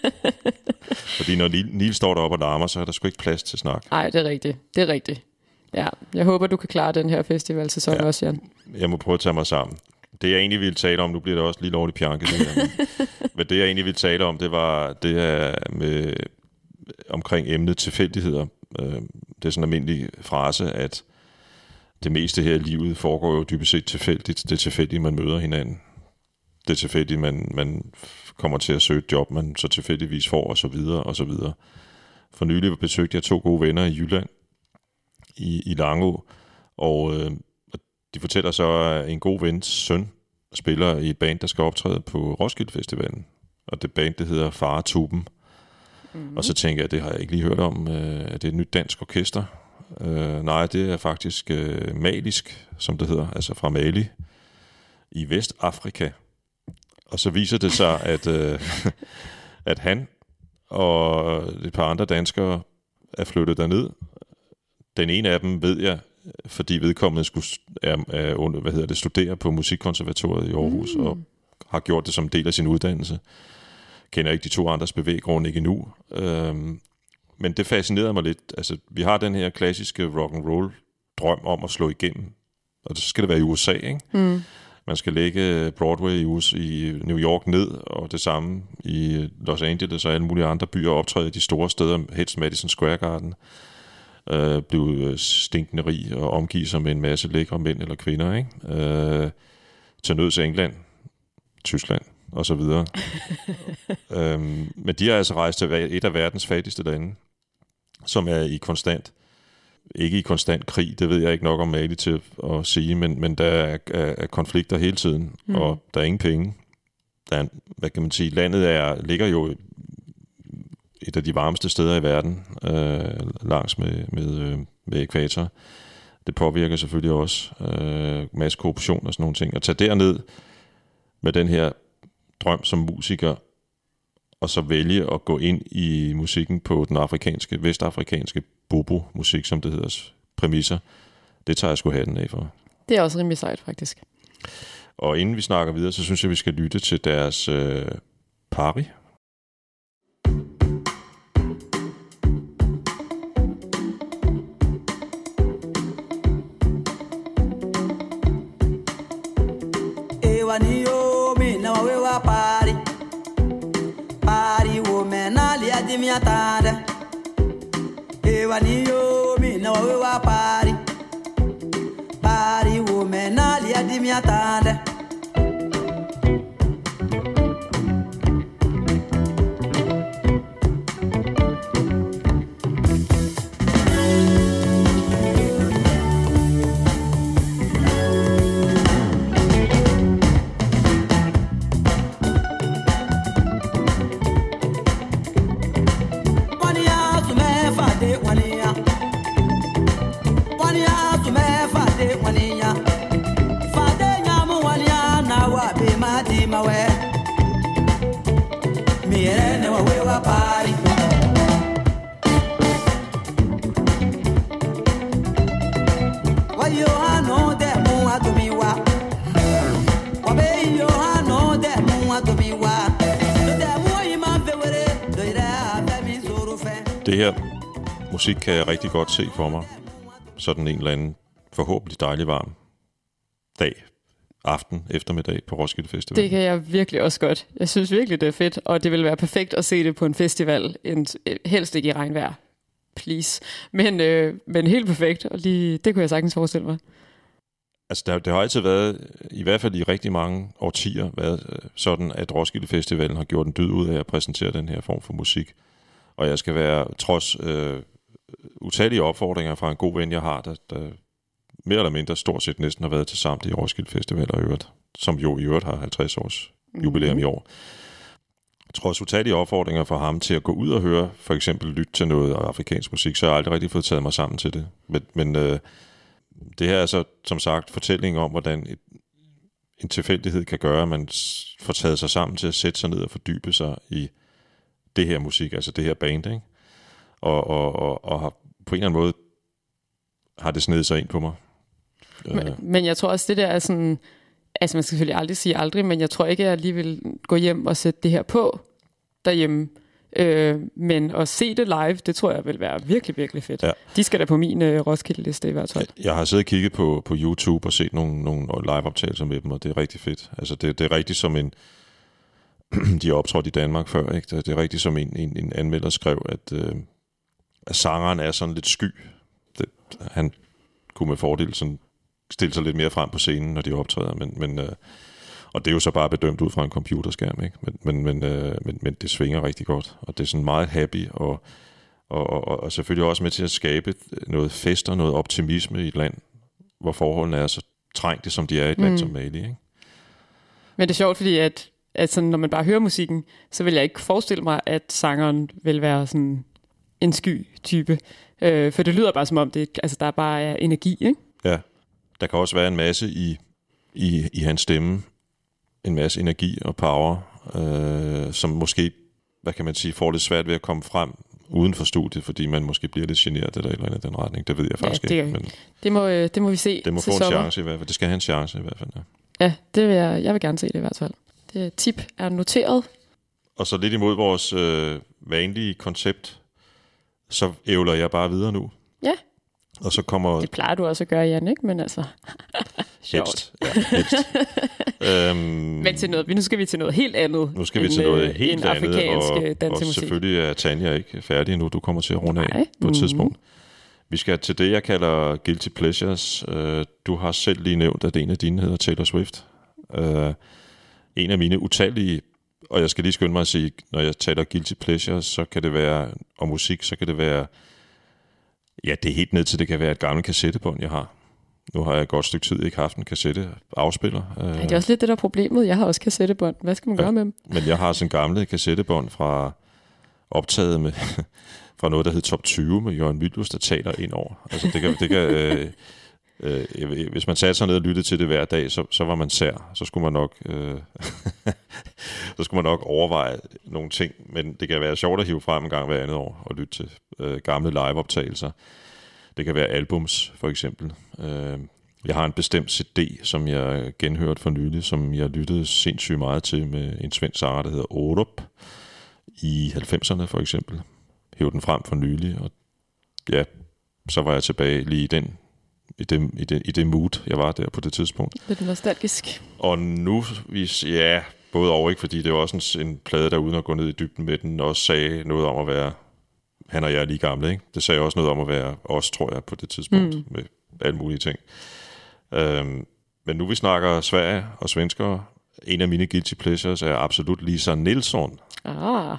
Fordi når Niel står deroppe og larmer, så er der sgu ikke plads til snak. Nej, det er rigtigt. Det er rigtigt. Ja, jeg håber, du kan klare den her festivalsæson ja. også, Jan. Jeg må prøve at tage mig sammen. Det jeg egentlig ville tale om, nu bliver det også lige lovligt pjanke, det her, men, men det jeg egentlig ville tale om, det var det er med omkring emnet tilfældigheder. Det er sådan en almindelig frase, at det meste her i livet foregår jo dybest set tilfældigt. Det er tilfældigt, man møder hinanden. Det er tilfældigt, man, man kommer til at søge et job, man så tilfældigvis får, og så videre, og så videre. For nylig besøgte jeg to gode venner i Jylland, i, i Langå, og øh, de fortæller så, at en god vens søn spiller i et band, der skal optræde på Roskilde Festivalen. Og det band, det hedder Faretuben. Mm-hmm. Og så tænker jeg, det har jeg ikke lige hørt om. Øh, er det et nyt dansk orkester? Øh, nej, det er faktisk øh, malisk, som det hedder, altså fra Mali, i Vestafrika. Og så viser det sig, at, øh, at han og et par andre danskere er flyttet derned. Den ene af dem ved jeg, fordi vedkommende skulle er, er under, hvad hedder det, studere på Musikkonservatoriet i Aarhus, mm. og har gjort det som del af sin uddannelse. Kender ikke de to andres bevæggrunde ikke endnu. Øhm, men det fascinerede mig lidt. Altså, vi har den her klassiske rock and roll drøm om at slå igennem. Og så skal det være i U S A, ikke? Mm. Man skal lægge Broadway i, U S, i New York ned, og det samme i Los Angeles og alle mulige andre byer, optræde de store steder, helst Madison Square Garden. Øh, blive stinkende rig og omgive sig med en masse lækre mænd eller kvinder, ikke? Øh, til nød til England, Tyskland og så videre. øhm, men de har altså rejst til et af verdens fattigste lande, som er i konstant, ikke i konstant krig, det ved jeg ikke nok om Mali til at sige, men, men der er, er, er konflikter hele tiden, mm. og der er ingen penge. Der er, hvad kan man sige, landet er, ligger jo et af de varmeste steder i verden, øh, langs med, med, øh, med ækvator. Det påvirker selvfølgelig også øh, masse korruption og sådan nogle ting. At tage derned med den her drøm som musiker, og så vælge at gå ind i musikken på den afrikanske, vestafrikanske bobo-musik, som det hedder, præmisser, det tager jeg sgu hatten af for. Det er også rimelig sejt, faktisk. Og inden vi snakker videre, så synes jeg, vi skal lytte til deres øh, Pari. wani yo mi na we wa party. Party woman ali adimi atada. E wani yo mi na we wa party. Party woman ali adimi atada. Det her musik kan jeg rigtig godt se for mig. Sådan en eller anden forhåbentlig dejlig varm dag, aften, eftermiddag på Roskilde Festival. Det kan jeg virkelig også godt. Jeg synes virkelig, det er fedt, og det vil være perfekt at se det på en festival, en, helst ikke i regnvejr. Please. Men, øh, men helt perfekt, og lige, det kunne jeg sagtens forestille mig. Altså, der, det har altid været, i hvert fald i rigtig mange årtier, været sådan, at Roskilde Festivalen har gjort en dyd ud af at præsentere den her form for musik. Og jeg skal være, trods øh, utallige opfordringer fra en god ven, jeg har, der, der mere eller mindre stort set næsten har været til samtlige Roskilde Festivaler i øvrigt, som jo i øvrigt har halvtreds års jubilæum mm-hmm. i år. Trods utallige opfordringer fra ham til at gå ud og høre, for eksempel lytte til noget afrikansk musik, så har jeg aldrig rigtig fået taget mig sammen til det. Men, men øh, det her er så, som sagt, fortælling om, hvordan et, en tilfældighed kan gøre, at man får taget sig sammen til at sætte sig ned og fordybe sig i det her musik, altså det her band, ikke? Og, og, og, og har, på en eller anden måde har det snedet sig ind på mig. Men, men jeg tror også, det der er sådan, altså man skal selvfølgelig aldrig sige aldrig, men jeg tror ikke, at jeg lige vil gå hjem og sætte det her på derhjemme. Øh, men at se det live, det tror jeg vil være virkelig, virkelig fedt. Ja. De skal da på min øh, Roskilde-liste i hvert fald. Jeg har siddet og kigget på, på YouTube og set nogle, nogle live-optagelser med dem, og det er rigtig fedt. Altså det, det er rigtig som en de har optrådt i Danmark før, ikke? Det er rigtigt, som en, en, en anmelder skrev, at, øh, at sangeren er sådan lidt sky. Det, han kunne med fordel sådan stille sig lidt mere frem på scenen, når de optræder, men, men, øh, og det er jo så bare bedømt ud fra en computerskærm, ikke? Men, men, men, øh, men, men det svinger rigtig godt, og det er sådan meget happy, og, og, og, og selvfølgelig også med til at skabe noget fest og noget optimisme i et land, hvor forholdene er så trængte, som de er i et mm. land som Mali, ikke? Men det er sjovt, fordi at altså, når man bare hører musikken, så vil jeg ikke forestille mig, at sangeren vil være sådan en sky-type. Øh, for det lyder bare som om, det, altså, der bare er energi, ikke? Ja, der kan også være en masse i, i, i hans stemme. En masse energi og power, øh, som måske, hvad kan man sige, får det svært ved at komme frem uden for studiet, fordi man måske bliver lidt generet eller et eller andet i den retning. Det ved jeg faktisk ja, det, ikke. Men det, må, det må vi se. Det må få en sommer. chance i hvert fald. Det skal have en chance i hvert fald, ja. Ja, det vil jeg, jeg vil gerne se det i hvert fald. Det tip er noteret. Og så lidt imod vores øh, vanlige koncept, så ævler jeg bare videre nu. Ja. Og så kommer... Det plejer du også at gøre, Jan, ikke? Men altså... Helst. Ja, helst. øhm, Men til noget, nu skal vi til noget helt andet. Nu skal vi til noget helt end andet. Afrikansk og, og selvfølgelig er Tanja ikke færdig endnu. Du kommer til at runde af Nej. på et mm. tidspunkt. Vi skal til det, jeg kalder Guilty Pleasures. Uh, du har selv lige nævnt, at en af dine hedder Taylor Swift. Uh, en af mine utallige, og jeg skal lige skynde mig at sige, når jeg taler Guilty Pleasures, så kan det være, og musik, så kan det være, ja, det er helt ned til, det kan være et gammelt kassettebånd, jeg har. Nu har jeg et godt stykke tid ikke haft en kassette afspiller. Ja, det er også lidt det der problemet. Jeg har også kassettebånd. Hvad skal man ja, gøre med dem? Men jeg har sådan en gamle kassettebånd fra optaget med fra noget, der hed Top tyve med Jørgen Mylius, der taler ind over. Altså det kan, det kan øh, øh, hvis man satte sig ned og lyttede til det hver dag, så, så var man sær. Så skulle man nok øh, så skulle man nok overveje nogle ting, men det kan være sjovt at hive frem en gang hver andet år og lytte til øh, gamle liveoptagelser. Det kan være albums, for eksempel. Øh, jeg har en bestemt C D, som jeg genhørte for nylig, som jeg lyttede sindssygt meget til med en svensk sanger, der hedder Orup i halvfemserne, for eksempel. Hæv den frem for nylig, og ja, så var jeg tilbage lige i den i, det, i, det, i det mood, jeg var der på det tidspunkt. Lidt nostalgisk. Og nu, hvis, ja, både over, ikke, fordi det var også en, en plade, der uden at gå ned i dybden med den, også sagde noget om at være, han og jeg er lige gamle, ikke? Det sagde også noget om at være os, tror jeg, på det tidspunkt, mm. med alle mulige ting. Øhm, men nu vi snakker Sverige og svenskere, en af mine guilty pleasures er absolut Lisa Nilsson. Ah.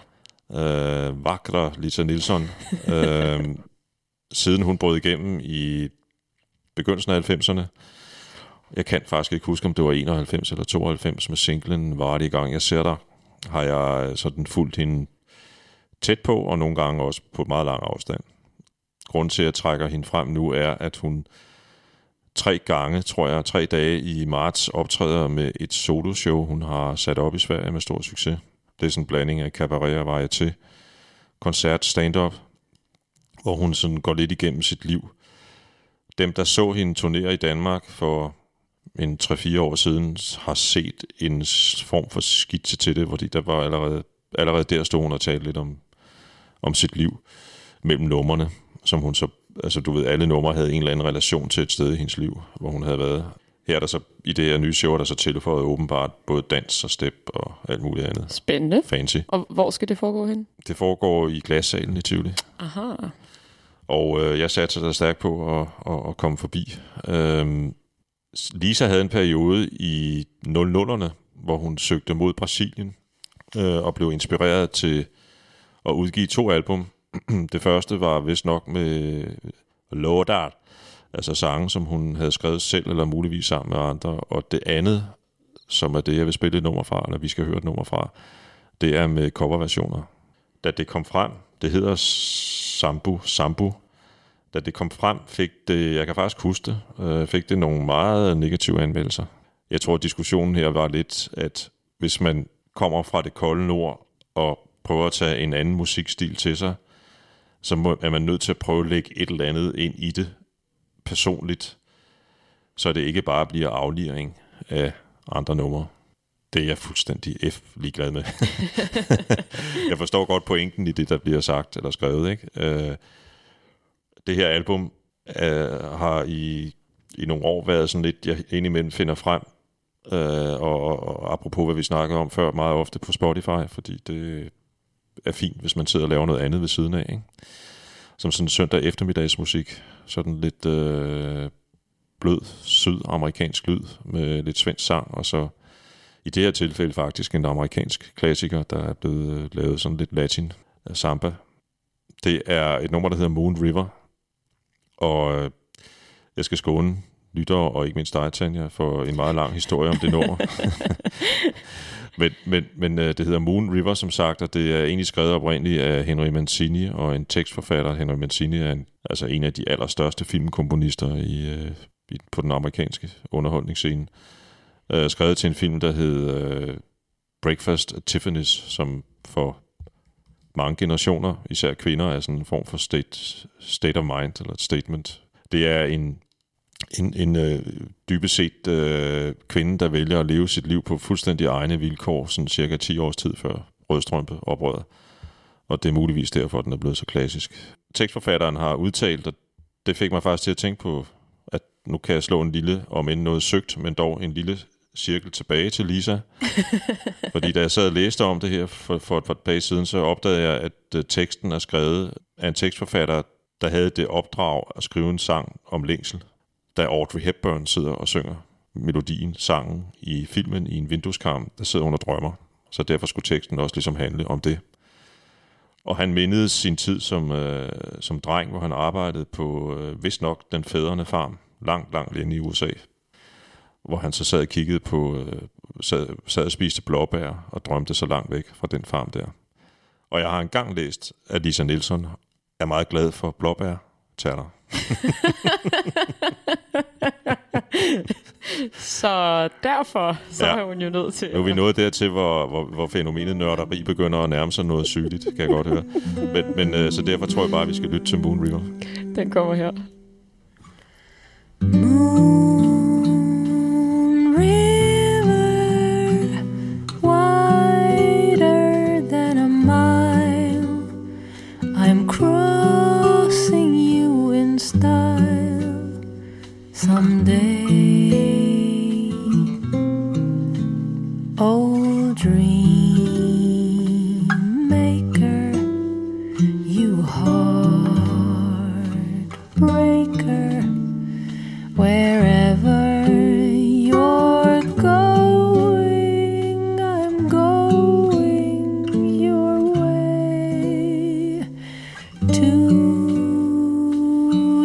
Øh, vakre Lisa Nilsson. øh, siden hun brød igennem i begyndelsen af halvfemserne. Jeg kan faktisk ikke huske, om det var enoghalvfems eller tooghalvfems med singlen Var det i gang, jeg ser dig. Har jeg sådan fulgt hende tæt på, og nogle gange også på meget lang afstand. Grunden til, at jeg trækker hende frem nu, er, at hun tre gange, tror jeg, tre dage i marts optræder med et soloshow, hun har sat op i Sverige med stor succes. Det er sådan en blanding af cabaret og varieté, koncert, stand-up, hvor hun sådan går lidt igennem sit liv. Dem, der så hende turnere i Danmark for en tre-fire år siden, har set en form for skitse til det, fordi der var allerede, allerede der stod hun og talte lidt om, om sit liv mellem numrene, som hun så, altså du ved, alle numre havde en eller anden relation til et sted i hendes liv, hvor hun havde været. Her er der så, i det her nye show, der så tilføjet åbenbart både dans og step og alt muligt andet. Spændende. Fancy. Og hvor skal det foregå hen? Det foregår i Glassalen i Tivoli. Aha. Og øh, jeg satte sig stærkt på at, at, at komme forbi. Øhm, Lisa havde en periode i nullerne, hvor hun søgte mod Brasilien øh, og blev inspireret til at udgive to album. Det første var vist nok med Lådart, altså sange, som hun havde skrevet selv eller muligvis sammen med andre. Og det andet, som er det, jeg vil spille et nummer fra, eller vi skal høre et nummer fra, det er med coverversioner. Da det kom frem, det hedder Sambu, Sambu. Da det kom frem, fik det, jeg kan faktisk huske det, øh, fik det nogle meget negative anmeldelser. Jeg tror, at diskussionen her var lidt, at hvis man kommer fra det kolde nord og prøver at tage en anden musikstil til sig, så må, er man nødt til at prøve at lægge et eller andet ind i det personligt, så det ikke bare bliver aflivring af andre numre. Det er jeg fuldstændig F ligeglad med. Jeg forstår godt pointen i det, der bliver sagt eller skrevet, ikke? Øh, det her album øh, har i, i nogle år været sådan lidt, jeg indimellem finder frem, øh, og, og apropos hvad vi snakkede om før, meget ofte på Spotify, fordi det er fint, hvis man sidder og laver noget andet ved siden af, ikke? Som sådan søndag eftermiddagsmusik, sådan lidt øh, blød, sød amerikansk lyd med lidt svensk sang, og så i det her tilfælde faktisk en amerikansk klassiker, der er blevet lavet sådan lidt latin samba. Det er et nummer, der hedder Moon River, og jeg skal skåne lyttere og ikke mindst dig, Tanja, for en meget lang historie om det nummer. men men, men det hedder Moon River, som sagt, og det er egentlig skrevet oprindeligt af Henry Mancini, og en tekstforfatter. Henry Mancini er en, altså en af de allerstørste filmkomponister i, i, på den amerikanske underholdningsscene. Uh, skrevet til en film, der hed uh, Breakfast at Tiffany's, som for mange generationer, især kvinder, er sådan en form for state, state of mind, eller et statement. Det er en, en, en uh, dybest set uh, kvinde, der vælger at leve sit liv på fuldstændig egne vilkår, sådan cirka ti års tid før rødstrømpeoprøret. Og det er muligvis derfor, den er blevet så klassisk. Tekstforfatteren har udtalt, og det fik mig faktisk til at tænke på, at nu kan jeg slå en lille, om end noget søgt, men dog en lille cirkel tilbage til Lisa. Fordi da jeg sad og læste om det her for, for et par dage siden, så opdagede jeg, at uh, teksten er skrevet af en tekstforfatter, der havde det opdrag at skrive en sang om længsel. Da Audrey Hepburn sidder og synger melodien, sangen i filmen i en vindueskarm, der sidder under drømmer. Så derfor skulle teksten også ligesom handle om det. Og han mindede sin tid som, øh, som dreng, hvor han arbejdede på, øh, vist nok, den fædrende farm, langt, langt inde i U S A. Hvor han så sad og kiggede på, øh, sad, sad og spiste blåbær og drømte så langt væk fra den farm der. Og jeg har engang læst, at Lisa Nilsson er meget glad for blåbærterner. Så derfor så ja. er hun jo nødt til. Nu er vi nået dertil, hvor, hvor, hvor fænomenet nørderi begynder at nærme sig noget sygeligt, kan jeg godt høre. Men, men øh, så derfor tror jeg bare, at vi skal lytte til Moon River. Den kommer her. Moon River, wider than a mile, I'm crossing you in style, someday. Old dream maker, you heartbreaker, wherever you're going, I'm going your way. Two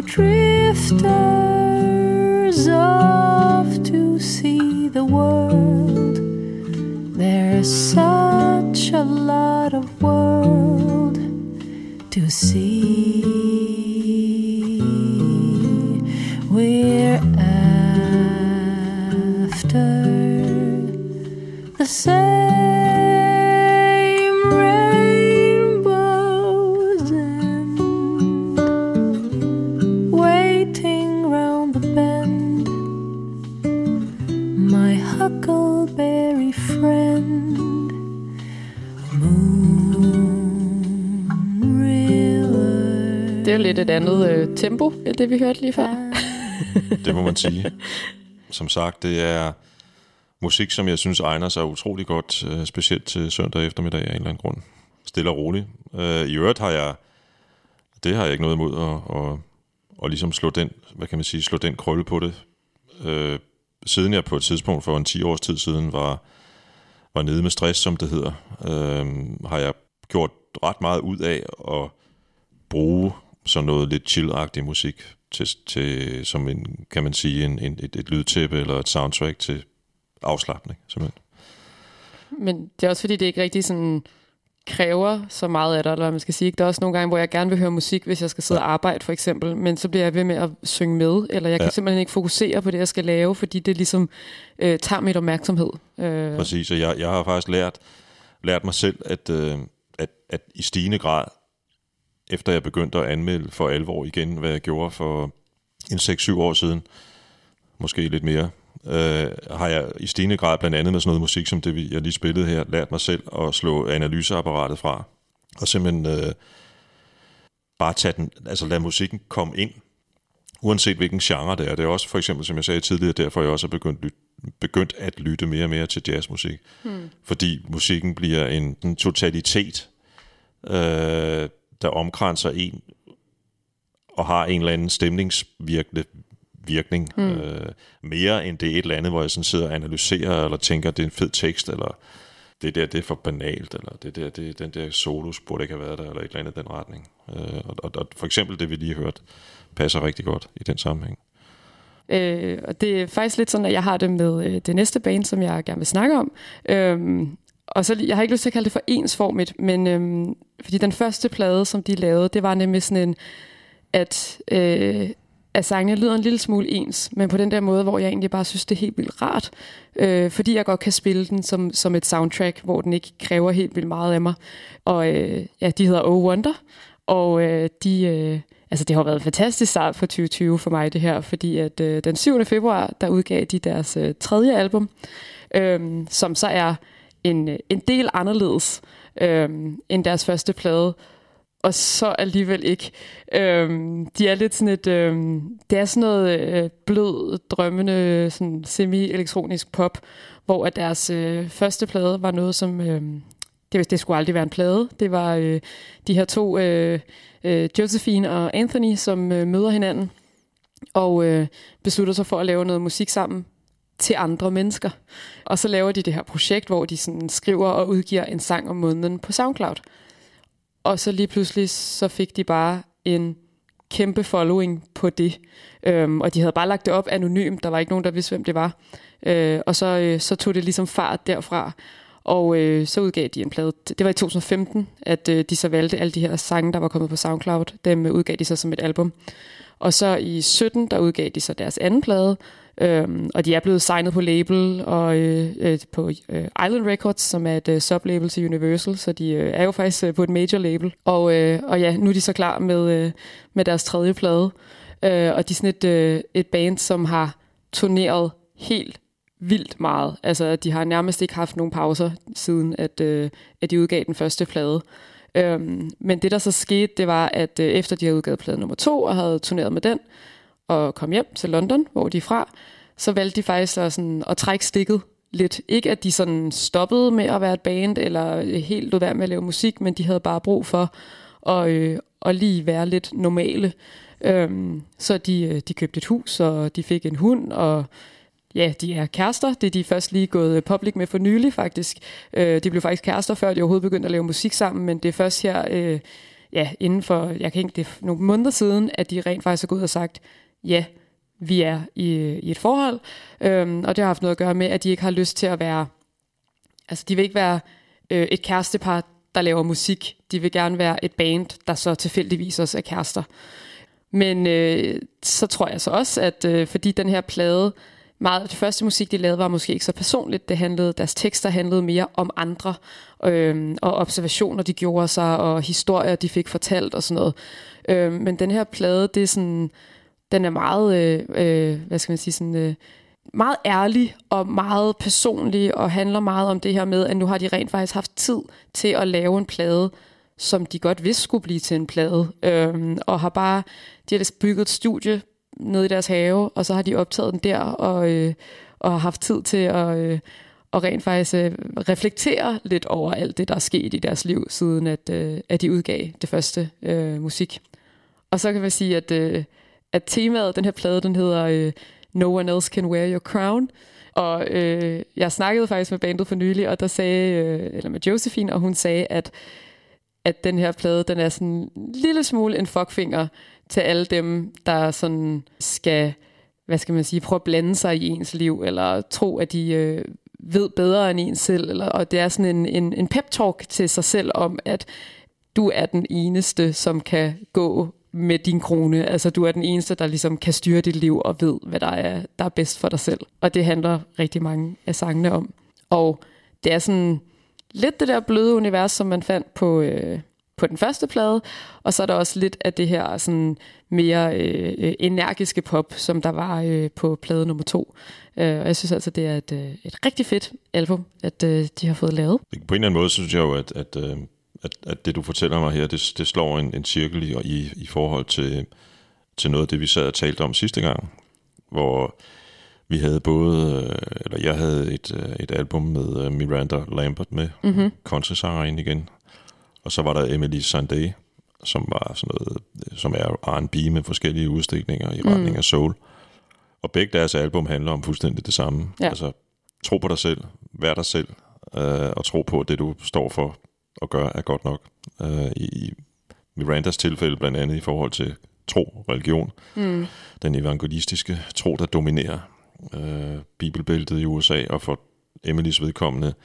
drifters off to see the world. There's such a lot of world to see. We're after the same rainbows and waiting round the bend, my huckleberry friend, Moon River. Det er jo lidt et andet øh, tempo, end det vi hørte lige før. Det må man sige. Som sagt, det er musik, som jeg synes egner sig utrolig godt, øh, specielt til søndag eftermiddag af en eller anden grund. Stille og roligt. Øh, I øvrigt har jeg, det har jeg ikke noget imod at, at, at ligesom slå den, hvad kan man sige, slå den krølle på det. Øh, siden jeg på et tidspunkt for en ti års tid siden var, var nede med stress, som det hedder, øh, har jeg gjort ret meget ud af at bruge sådan noget lidt chill-agtig musik til, til, som en, kan man sige, en, en, et, et lydtæppe eller et soundtrack til afslapning, simpelthen. Men det er også fordi, det ikke rigtig sådan kræver så meget af dig, eller hvad man skal sige. Der er også nogle gange, hvor jeg gerne vil høre musik, hvis jeg skal sidde og arbejde, for eksempel, men så bliver jeg ved med at synge med, eller jeg kan ja. simpelthen ikke fokusere på det, jeg skal lave, fordi det ligesom øh, tager mit opmærksomhed. Øh. Præcis, og jeg, jeg har faktisk lært, lært mig selv, at, øh, at, at i stigende grad, efter jeg begyndte at anmelde for alvor igen, hvad jeg gjorde for en seks syv år siden, måske lidt mere, øh, har jeg i stigende grad, blandt andet med sådan noget musik, som det jeg lige spillede her, lært mig selv at slå analyseapparatet fra, og simpelthen øh, bare tage den, altså lade musikken komme ind, uanset hvilken genre det er. Det er også for eksempel, som jeg sagde tidligere, derfor jeg også er begyndt, begyndt at lytte mere og mere til jazzmusik, hmm. fordi musikken bliver en, en totalitet, øh, der omkranser en og har en eller anden stemningsvirkende virkning. Mm. Øh, mere end det er et eller andet, hvor jeg sådan sidder og analyserer, eller tænker, det er en fed tekst, eller det der, det er for banalt, eller det der, det, den der solus burde ikke have været der, eller et eller andet i den retning. Øh, og, og, og for eksempel det, vi lige hørt, passer rigtig godt i den sammenhæng. Øh, og det er faktisk lidt sådan, at jeg har det med øh, det næste band, som jeg gerne vil snakke om. Øhm, og så, jeg har ikke lyst til at kalde det for ensformigt, men øhm, fordi den første plade, som de lavede, det var nemlig sådan en, at, øh, at sangene lyder en lille smule ens, men på den der måde, hvor jeg egentlig bare synes, det er helt vildt rart, øh, fordi jeg godt kan spille den som, som et soundtrack, hvor den ikke kræver helt vildt meget af mig. Og øh, ja, de hedder Oh Wonder, og øh, de... Øh, Altså, det har været en fantastisk start for tyve tyve for mig, det her, fordi at øh, den syvende februar, der udgav de deres øh, tredje album, øh, som så er en, en del anderledes øh, end deres første plade, og så alligevel ikke. Øh, de er lidt sådan et, øh, det er sådan noget øh, blød, drømmende, sådan semi-elektronisk pop, hvor at deres øh, første plade var noget, som... Øh, det, det skulle aldrig være en plade. Det var øh, de her to... Øh, Josephine og Anthony, som øh, møder hinanden og øh, beslutter sig for at lave noget musik sammen til andre mennesker. Og så laver de det her projekt, hvor de sådan skriver og udgiver en sang om måneden på SoundCloud. Og så lige pludselig så fik de bare en kæmpe following på det. Øhm, og de havde bare lagt det op anonymt. Der var ikke nogen, der vidste, hvem det var. Øh, og så, øh, så tog det ligesom fart derfra. Og øh, så udgav de en plade. Det var i to tusind og femten, at øh, de så valgte alle de her sange, der var kommet på SoundCloud. Dem øh, udgav de så som et album. Og så i sytten, der udgav de så deres anden plade. Øhm, og de er blevet signet på label og øh, øh, på øh, Island Records, som er et øh, sublabel til Universal. Så de øh, er jo faktisk øh, på et major label. Og, øh, og ja, nu er de så klar med, øh, med deres tredje plade. Øh, og de er sådan et, øh, et band, som har turneret helt vildt meget. Altså, de har nærmest ikke haft nogen pauser, siden at, øh, at de udgav den første plade. Øhm, men det, der så skete, det var, at øh, efter de havde udgivet plade nummer to, og havde turneret med den, at komme hjem til London, hvor de er fra, så valgte de faktisk at, sådan, at trække stikket lidt. Ikke at de sådan stoppede med at være et band, eller helt lod være med at lave musik, men de havde bare brug for at, øh, at lige være lidt normale. Øhm, så de, de købte et hus, og de fik en hund, og ja, de er kærester. Det er de først lige gået public med for nylig, faktisk. Øh, de blev faktisk kærester, før de overhovedet begyndte at lave musik sammen, men det er først her, øh, ja, inden for, jeg kan ikke, det er nogle måneder siden, at de rent faktisk er gået ud og sagt, ja, vi er i, i et forhold, øhm, og det har haft noget at gøre med, at de ikke har lyst til at være, altså de vil ikke være øh, et kærestepar, der laver musik. De vil gerne være et band, der så tilfældigvis også er kærester. Men øh, så tror jeg så også, at øh, fordi den her plade, meget af det første musik, de lavede, var måske ikke så personligt. Det handlede, deres tekster handlede mere om andre, øh, og observationer, de gjorde sig, og historier, de fik fortalt og sådan noget. Øh, men den her plade, det er sådan, den er meget, øh, øh, hvad skal man sige, sådan, øh, meget ærlig og meget personlig, og handler meget om det her med, at nu har de rent faktisk haft tid til at lave en plade, som de godt vidste skulle blive til en plade, øh, og har bare, de har bygget et studie nede i deres have, og så har de optaget den der, og, øh, og har haft tid til at, øh, at rent faktisk øh, reflektere lidt over alt det, der er sket i deres liv, siden at, øh, at de udgav det første øh, musik. Og så kan man sige, at, øh, at temaet, den her plade, den hedder øh, No One Else Can Wear Your Crown, og øh, jeg snakkede faktisk med bandet for nylig, og der sagde, øh, eller med Josephine, og hun sagde, at at den her plade, den er sådan en lille smule en fuckfinger til alle dem, der sådan skal, hvad skal man sige, prøve at blande sig i ens liv, eller tro, at de øh, ved bedre end en selv, eller, og det er sådan en, en, en pep-talk til sig selv om, at du er den eneste, som kan gå med din krone. Altså, du er den eneste, der ligesom kan styre dit liv og ved, hvad der er, der er bedst for dig selv. Og det handler rigtig mange af sangene om. Og det er sådan lidt det der bløde univers, som man fandt på, øh, på den første plade, og så er der også lidt af det her sådan mere øh, energiske pop, som der var øh, på plade nummer to. Øh, og jeg synes altså, det er et, øh, et rigtig fedt album, at øh, de har fået lavet. På en eller anden måde synes jeg jo, at, at, at, at det du fortæller mig her, det, det slår en, en cirkel i, i, i forhold til, til noget af det, vi sad og talte om sidste gang, hvor vi havde både, eller jeg havde et, et album med Miranda Lambert med, mm-hmm. countrysangerinde igen, og så var der Emily Sandé, som var sådan noget, som er R and B med forskellige udstikninger i retning mm. af soul. Og begge deres album handler om fuldstændig det samme. Ja. Altså, tro på dig selv, vær dig selv, øh, og tro på, at det du står for og gør er godt nok. Øh, I Mirandas tilfælde blandt andet i forhold til tro, religion, mm. den evangelistiske tro, der dominerer øh, bibelbæltet i U S A, og for Emilys vedkommende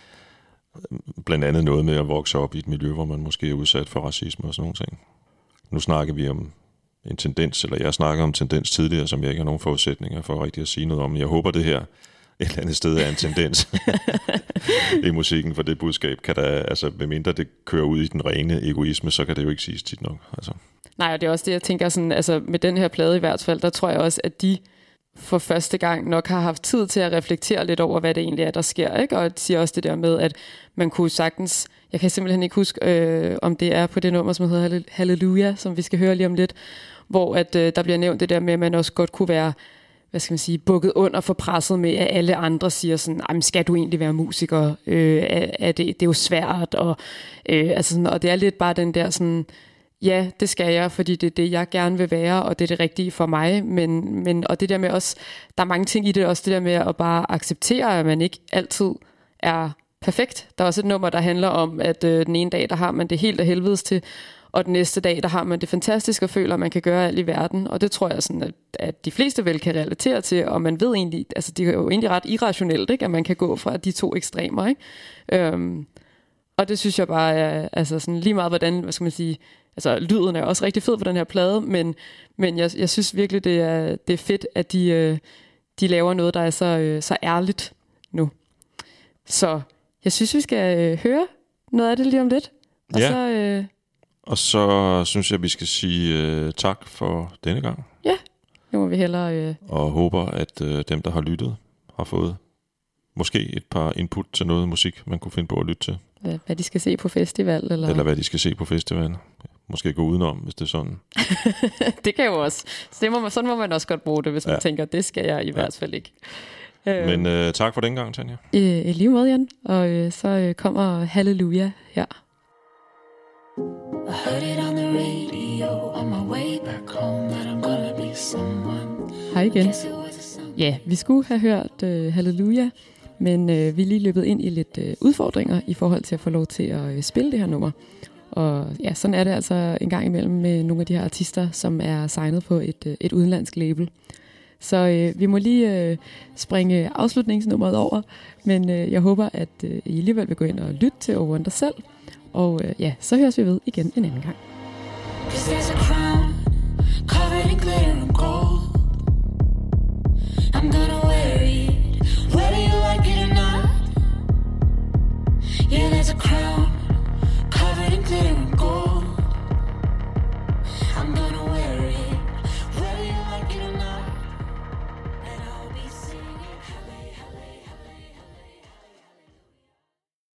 blandt andet noget med at vokse op i et miljø, hvor man måske er udsat for racisme og sådan nogle ting. Nu snakker vi om en tendens, eller jeg snakker om tendens tidligere, som jeg ikke har nogen forudsætninger for rigtig at sige noget om. Jeg håber, det her et eller andet sted er en tendens i musikken, for det budskab kan der, altså medmindre det kører ud i den rene egoisme, så kan det jo ikke siges tit nok. Altså. Nej, og det er også det, jeg tænker sådan, altså med den her plade i hvert fald, der tror jeg også, at de for første gang nok har haft tid til at reflektere lidt over, hvad det egentlig er, der sker, ikke? Og det siger også det der med, at man kunne sagtens, jeg kan simpelthen ikke huske, øh, om det er på det nummer, som hedder Halleluja, som vi skal høre lige om lidt, hvor at, øh, der bliver nævnt det der med, at man også godt kunne være, hvad skal man sige, bukket under for presset med, at alle andre siger sådan, skal du egentlig være musiker? Øh, er, er det, det er jo svært, og, øh, altså sådan, og det er lidt bare den der sådan, ja, det skal jeg, fordi det er det, jeg gerne vil være, og det er det rigtige for mig. Men, men, og det der med også, der er mange ting i det, også det der med at bare acceptere, at man ikke altid er perfekt. Der er også et nummer, der handler om, at øh, den ene dag, der har man det helt af helvedes til, og den næste dag, der har man det fantastisk og føler, at man kan gøre alt i verden. Og det tror jeg sådan, at, at de fleste vel kan relatere til, og man ved egentlig, altså det er jo egentlig ret irrationelt, ikke? At man kan gå fra de to ekstremer, ikke? Øhm, og det synes jeg bare er, altså sådan lige meget, hvordan, hvad skal man sige, altså lyden er også rigtig fed på den her plade, men, men jeg, jeg synes virkelig, det er, det er fedt, at de, øh, de laver noget, der er så, øh, så ærligt nu. Så jeg synes, vi skal øh, høre noget af det lige om lidt. Og ja. så... Øh, Og så synes jeg, vi skal sige uh, tak for denne gang. Ja, nu må vi hellere... Uh... Og håber, at uh, dem, der har lyttet, har fået måske et par input til noget musik, man kunne finde på at lytte til. Hvad, hvad de skal se på festival? Eller, eller hvad de skal se på festival. måske gå udenom, hvis det er sådan. Det kan jo også. Så det må man, sådan må man også godt bruge det, hvis ja. man tænker, det skal jeg i ja. hvert fald ikke. Men øh, tak for den gang, Tanja. Øh, I lige måde, Jan. Og øh, så øh, kommer Halleluja her. I heard it on the radio on my way back home that I'm gonna be someone. Hej igen. Ja, vi skulle have hørt øh, Halleluja, men øh, vi er lige løbet ind i lidt øh, udfordringer i forhold til at få lov til at øh, spille det her nummer. Og ja, sådan er det altså en gang imellem med nogle af de her artister, som er signet på et, øh, et udenlandsk label. Så øh, vi må lige øh, springe afslutningsnummeret over, men øh, jeg håber, at øh, I alligevel vil gå ind og lytte til Over Wonder selv. Og øh, ja, så høres vi ved igen en anden gang.